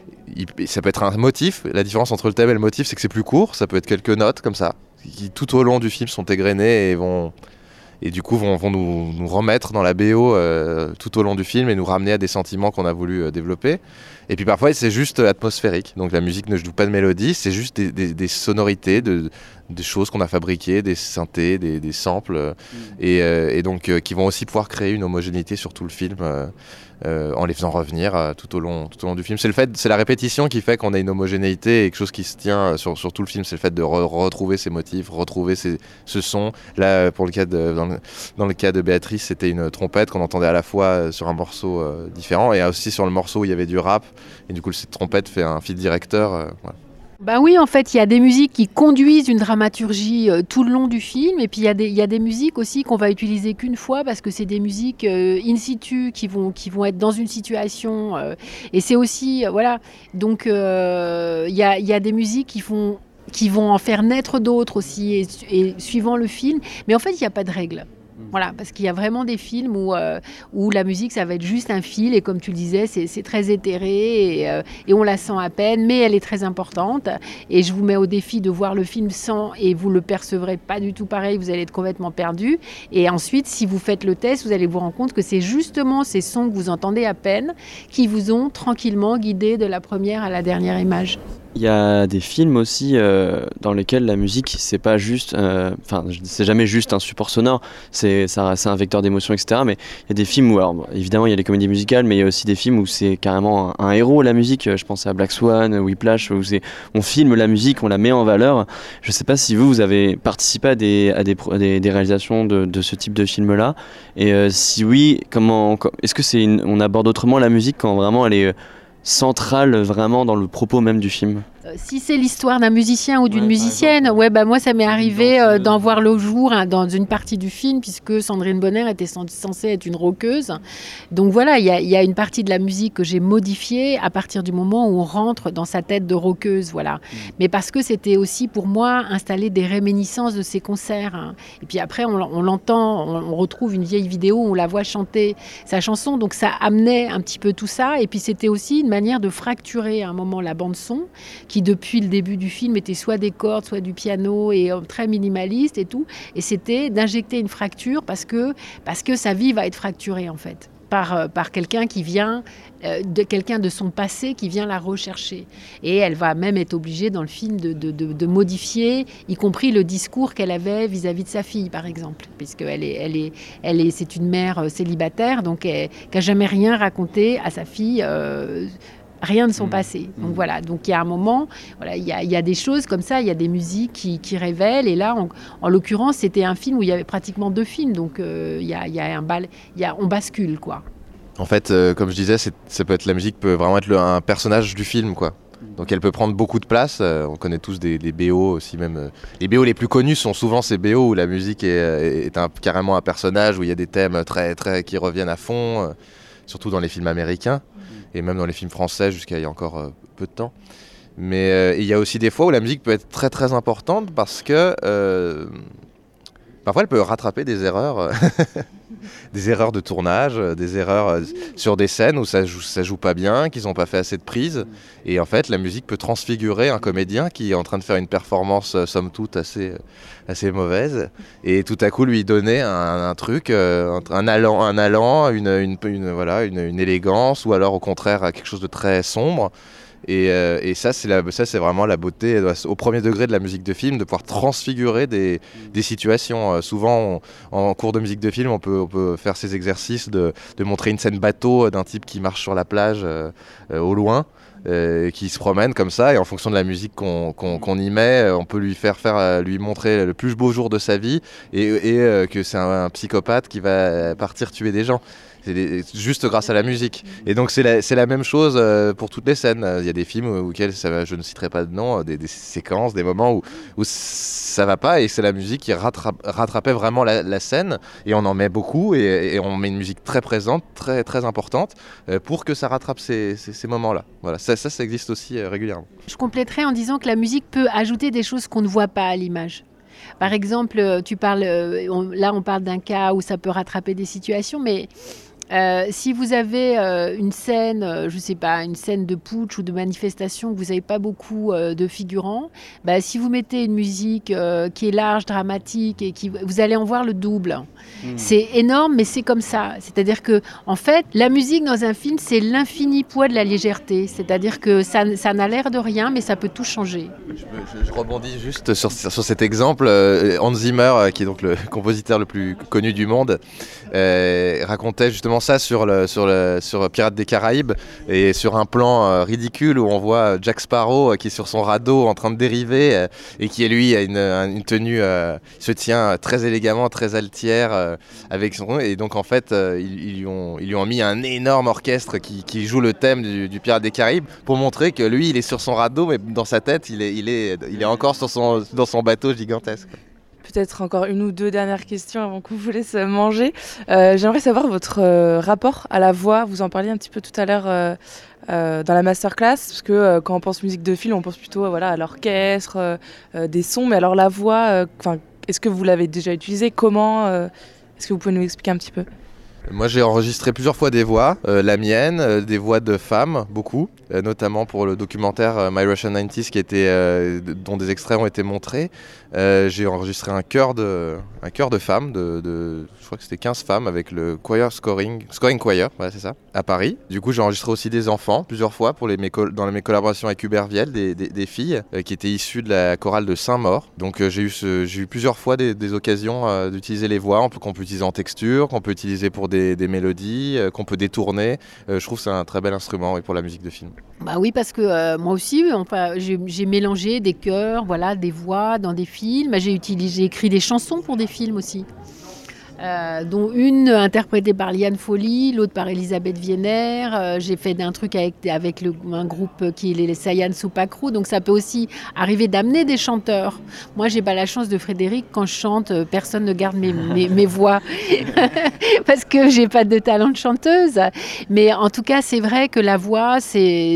Ça peut être un motif. La différence entre le thème et le motif, c'est que c'est plus court. Ça peut être quelques notes comme ça, qui tout au long du film sont égrenées et du coup vont nous remettre dans la BO tout au long du film et nous ramener à des sentiments qu'on a voulu développer. Et puis parfois c'est juste atmosphérique, donc la musique ne joue pas de mélodie, c'est juste des sonorités, des choses qu'on a fabriquées, des synthés, des samples, et donc qui vont aussi pouvoir créer une homogénéité sur tout le film en les faisant revenir tout au long du film. C'est la répétition qui fait qu'on a une homogénéité et quelque chose qui se tient sur tout le film. C'est le fait de retrouver ces motifs, retrouver ce son. Là, pour dans le cas de Béatrice, c'était une trompette qu'on entendait à la fois sur un morceau différent et aussi sur le morceau où il y avait du rap. Et du coup, cette trompette fait un fil directeur. Voilà. Ben oui, en fait, il y a des musiques qui conduisent une dramaturgie tout le long du film, et puis il y a des musiques aussi qu'on va utiliser qu'une fois parce que c'est des musiques in situ qui vont être dans une situation, et c'est aussi voilà. Donc il y a des musiques qui vont en faire naître d'autres aussi, et suivant le film. Mais en fait, il n'y a pas de règle. Voilà, parce qu'il y a vraiment des films où la musique, ça va être juste un fil, et comme tu le disais, c'est très éthéré, et on la sent à peine, mais elle est très importante. Et je vous mets au défi de voir le film sans, et vous le percevrez pas du tout pareil, vous allez être complètement perdu. Et ensuite, si vous faites le test, vous allez vous rendre compte que c'est justement ces sons que vous entendez à peine qui vous ont tranquillement guidé de la première à la dernière image. Il y a des films aussi dans lesquels la musique, c'est pas juste, c'est jamais juste un support sonore, c'est un vecteur d'émotion, etc. Mais il y a des films où, alors, évidemment, il y a les comédies musicales, mais il y a aussi des films où c'est carrément un héros, la musique. Je pense à Black Swan, Whiplash, où on filme la musique, on la met en valeur. Je sais pas si vous avez participé à des réalisations de ce type de film-là. Et si oui, est-ce que on aborde autrement la musique quand vraiment elle est centrale vraiment dans le propos même du film? Si c'est l'histoire d'un musicien ou d'une musicienne, moi ça m'est arrivé d'en voir le jour dans une partie du film, puisque Sandrine Bonner était censée être une rockeuse. Donc voilà, il y a une partie de la musique que j'ai modifiée à partir du moment où on rentre dans sa tête de rockeuse, voilà. Mais parce que c'était aussi pour moi installer des réminiscences de ces concerts. Hein. Et puis après on l'entend, on retrouve une vieille vidéo où on la voit chanter sa chanson, donc ça amenait un petit peu tout ça. Et puis c'était aussi une manière de fracturer à un moment la bande son, qui depuis le début du film était soit des cordes, soit du piano, et très minimaliste et tout. Et c'était d'injecter une fracture parce que sa vie va être fracturée en fait par quelqu'un qui vient, quelqu'un de son passé qui vient la rechercher. Et elle va même être obligée dans le film de modifier, y compris le discours qu'elle avait vis-à-vis de sa fille, par exemple, puisqu'elle c'est une mère célibataire, donc qui n'a jamais rien raconté à sa fille. Rien de son passé. Donc voilà, donc il y a un moment, voilà, il y a des choses comme ça, il y a des musiques qui révèlent, et là, en l'occurrence, c'était un film où il y avait pratiquement 2 films, donc on bascule, quoi. En fait, comme je disais, ça peut être, la musique peut vraiment être un personnage du film, quoi. Donc elle peut prendre beaucoup de place. On connaît tous des BO aussi, même. Les BO les plus connus sont souvent ces BO où la musique est carrément un personnage, où il y a des thèmes très, très qui reviennent à fond, surtout dans les films américains. Et même dans les films français jusqu'à il y a encore peu de temps. Mais il y a aussi des fois où la musique peut être très très importante parce que parfois elle peut rattraper des erreurs, des erreurs de tournage, des erreurs sur des scènes où ça joue pas bien, qu'ils n'ont pas fait assez de prises. Et en fait, la musique peut transfigurer un comédien qui est en train de faire une performance somme toute assez mauvaise, et tout à coup lui donner un truc, un allant, une élégance, ou alors au contraire quelque chose de très sombre. Et ça, c'est vraiment la beauté au premier degré de la musique de film, de pouvoir transfigurer des situations. Souvent, en cours de musique de film, on peut faire ces exercices de montrer une scène bateau d'un type qui marche sur la plage au loin, qui se promène comme ça, et en fonction de la musique qu'on y met, on peut lui montrer le plus beau jour de sa vie, et que c'est un psychopathe qui va partir tuer des gens. Juste grâce à la musique. Et donc c'est la même chose pour toutes les scènes. Il y a des films auxquels je ne citerai pas de nom, des séquences, des moments où ça va pas, et c'est la musique qui rattrapait vraiment la scène, et on en met beaucoup, et on met une musique très présente, très, très importante, pour que ça rattrape ces moments-là. Voilà, ça existe aussi régulièrement. Je compléterai en disant que la musique peut ajouter des choses qu'on ne voit pas à l'image. Par exemple, on parle d'un cas où ça peut rattraper des situations, mais si vous avez une scène, je sais pas, une scène de putsch ou de manifestation où vous n'avez pas beaucoup de figurants, si vous mettez une musique qui est large, dramatique, et vous allez en voir le double. C'est énorme, mais c'est comme ça. C'est-à-dire que, en fait, la musique dans un film, c'est l'infini poids de la légèreté. C'est-à-dire que ça n'a l'air de rien, mais ça peut tout changer. Je rebondis juste sur cet exemple. Hans Zimmer, qui est donc le compositeur le plus connu du monde, racontait justement ça sur Pirates des Caraïbes, et sur un plan ridicule où on voit Jack Sparrow qui est sur son radeau en train de dériver, et qui lui a une tenue, se tient très élégamment, très altière, avec son, et donc en fait ils lui ont mis un énorme orchestre qui joue le thème du Pirates des Caraïbes, pour montrer que lui il est sur son radeau, mais dans sa tête il est encore dans son bateau gigantesque. Peut-être encore une ou deux dernières questions avant qu'on vous laisse manger. J'aimerais savoir votre rapport à la voix. Vous en parliez un petit peu tout à l'heure dans la masterclass, parce que quand on pense musique de film, on pense plutôt à l'orchestre, des sons. Mais alors la voix, est-ce que vous l'avez déjà utilisée? Comment est-ce que vous pouvez nous expliquer un petit peu? Moi j'ai enregistré plusieurs fois des voix, la mienne, des voix de femmes, beaucoup, notamment pour le documentaire My Russian 90s dont des extraits ont été montrés. J'ai enregistré un chœur de femmes, je crois que c'était 15 femmes, avec le choir Scoring Choir, voilà, c'est ça, à Paris. Du coup j'ai enregistré aussi des enfants plusieurs fois dans mes collaborations avec Hubert Viel, des filles qui étaient issues de la chorale de Saint-Maur. Donc j'ai eu plusieurs fois des occasions d'utiliser les voix qu'on peut utiliser en texture, qu'on peut utiliser pour des mélodies, qu'on peut détourner. Je trouve que c'est un très bel instrument pour la musique de film. Bah oui, parce que moi aussi, j'ai mélangé des chœurs, des voix dans des films. J'ai écrit des chansons pour des films aussi. Dont une interprétée par Liane Folly, l'autre par Elisabeth Vienner. J'ai fait un truc avec un groupe qui est les Sayan Soupacrou, donc ça peut aussi arriver d'amener des chanteurs. Moi, j'ai pas la chance de Frédéric, quand je chante, personne ne garde mes voix parce que j'ai pas de talent de chanteuse. Mais en tout cas, c'est vrai que la voix, c'est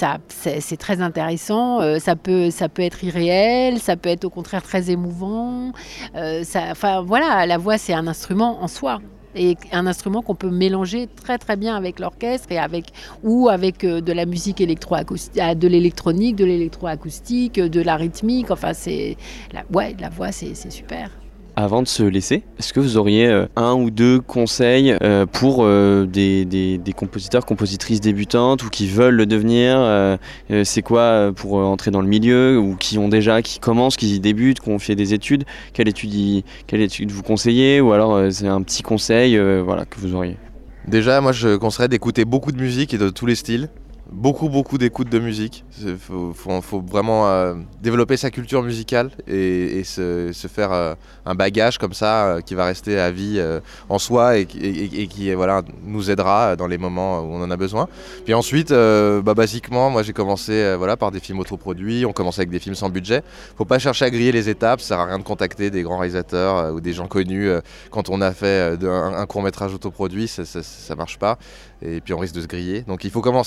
très intéressant. Ça peut être irréel, ça peut être au contraire très émouvant. La voix, c'est un instrument en soi, et un instrument qu'on peut mélanger très très bien avec l'orchestre ou avec de la musique électroacoustique, de l'électronique, de l'électroacoustique, de la rythmique. Enfin, la voix, c'est super. Avant de se laisser, est-ce que vous auriez un ou deux conseils pour des compositeurs, compositrices débutantes, ou qui veulent le devenir? C'est quoi pour entrer dans le milieu, ou qui commencent, qui débutent, qui ont fait des études? Quelle étude vous conseillez? Ou alors c'est un petit conseil que vous auriez? Déjà, moi je conseillerais d'écouter beaucoup de musique et de tous les styles. Beaucoup d'écoute de musique. Faut vraiment développer sa culture musicale et se faire un bagage comme ça qui va rester à vie en soi, et qui nous aidera dans les moments où on en a besoin. Puis ensuite, basiquement, moi j'ai commencé par des films autoproduits. On commence avec des films sans budget. Faut pas chercher à griller les étapes. Ça sert à rien de contacter des grands réalisateurs ou des gens connus quand on a fait un court-métrage autoproduit. Ça marche pas. Et puis on risque de se griller. Donc il faut commencer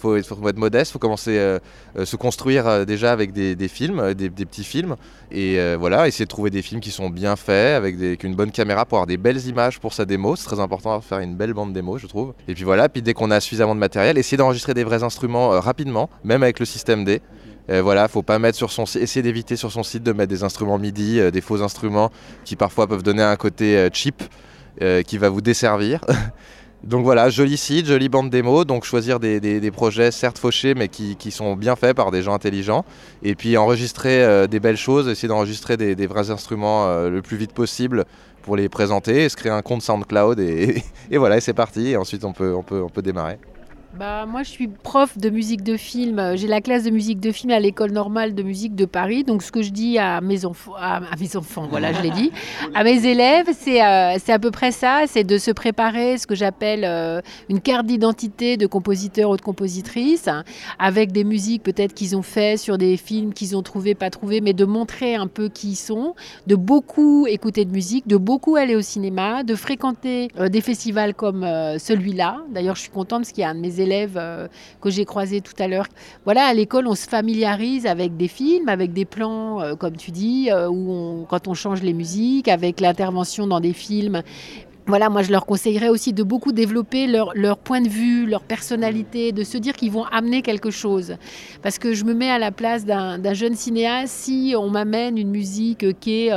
faut être modeste, il faut commencer se construire déjà avec des films, des petits films. Et voilà, essayer de trouver des films qui sont bien faits, avec une bonne caméra pour avoir des belles images pour sa démo. C'est très important de faire une belle bande démo, je trouve. Et puis voilà, puis dès qu'on a suffisamment de matériel, essayer d'enregistrer des vrais instruments rapidement, même avec le système D. Voilà, faut pas mettre essayer d'éviter sur son site de mettre des instruments MIDI, des faux instruments qui parfois peuvent donner un côté cheap qui va vous desservir. Donc voilà, joli site, jolie bande démo, donc choisir des projets certes fauchés mais qui sont bien faits par des gens intelligents et puis enregistrer des belles choses, essayer d'enregistrer des vrais instruments le plus vite possible pour les présenter, se créer un compte SoundCloud et voilà, et c'est parti et ensuite on peut démarrer. Moi, je suis prof de musique de film. J'ai la classe de musique de film à l'école normale de musique de Paris. Donc, ce que je dis à mes enfants, voilà, je l'ai dit, à mes élèves, c'est à peu près ça. C'est de se préparer ce que j'appelle une carte d'identité de compositeur ou de compositrice, avec des musiques peut-être qu'ils ont fait sur des films qu'ils ont trouvé, pas trouvé, mais de montrer un peu qui ils sont, de beaucoup écouter de musique, de beaucoup aller au cinéma, de fréquenter des festivals comme celui-là. D'ailleurs, je suis contente parce qu'il y a un de mes élèves que j'ai croisé tout à l'heure. Voilà, à l'école, on se familiarise avec des films, avec des plans, comme tu dis, quand on change les musiques, avec l'intervention dans des films. Voilà, moi je leur conseillerais aussi de beaucoup développer leur point de vue, leur personnalité, de se dire qu'ils vont amener quelque chose. Parce que je me mets à la place d'un jeune cinéaste, si on m'amène une musique qui est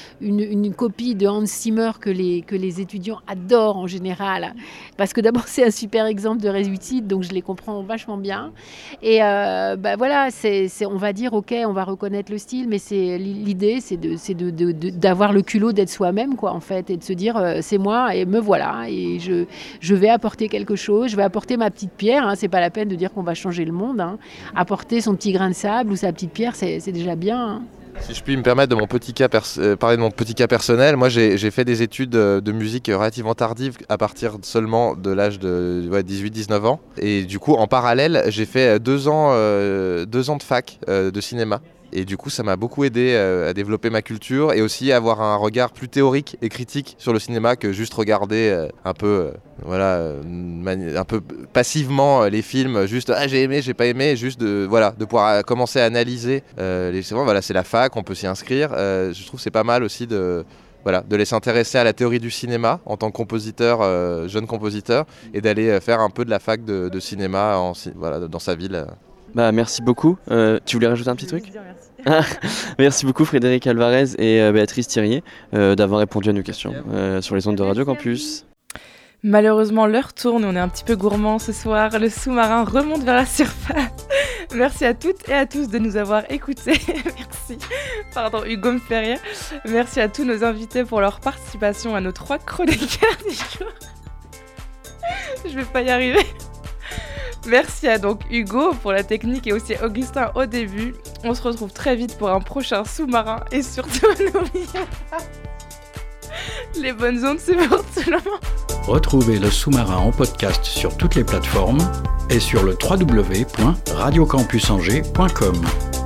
une copie de Hans Zimmer que les étudiants adorent en général. Parce que d'abord c'est un super exemple de réussite, donc je les comprends vachement bien. Et voilà, on va dire ok, on va reconnaître le style, mais l'idée c'est d'avoir le culot d'être soi-même, quoi, en fait, et de se dire c'est moi. Et me voilà, et je vais apporter quelque chose, je vais apporter ma petite pierre, hein, c'est pas la peine de dire qu'on va changer le monde, hein. Apporter son petit grain de sable ou sa petite pierre, c'est déjà bien, hein. Si je puis me permettre de mon petit cas parler de mon petit cas personnel, moi j'ai fait des études de musique relativement tardives à partir seulement de l'âge de 18-19 ans, et du coup en parallèle j'ai fait 2 ans de fac de cinéma. Et du coup, ça m'a beaucoup aidé à développer ma culture et aussi à avoir un regard plus théorique et critique sur le cinéma que juste regarder un peu passivement les films, juste j'ai aimé, j'ai pas aimé, juste de pouvoir commencer à analyser c'est la fac, on peut s'y inscrire. Je trouve que c'est pas mal aussi de laisser intéresser à la théorie du cinéma en tant que compositeur, jeune compositeur, et d'aller faire un peu de la fac de cinéma dans sa ville. Merci beaucoup. Tu voulais rajouter un petit truc ? Merci beaucoup Frédéric Alvarez et Béatrice Thirier d'avoir répondu à nos questions sur les ondes de Radio Campus. Malheureusement, l'heure tourne et on est un petit peu gourmand ce soir. Le sous-marin remonte vers la surface. Merci à toutes et à tous de nous avoir écoutés. Merci. Pardon, Hugo me fait rire. Merci à tous nos invités pour leur participation à nos 3 chroniqueurs du jour. Je vais pas y arriver. Merci à donc Hugo pour la technique et aussi Augustin au début. On se retrouve très vite pour un prochain sous-marin et surtout n'oubliez pas, les bonnes ondes c'est pour tout le monde. Retrouvez le sous-marin en podcast sur toutes les plateformes et sur le www.radiocampusangers.com.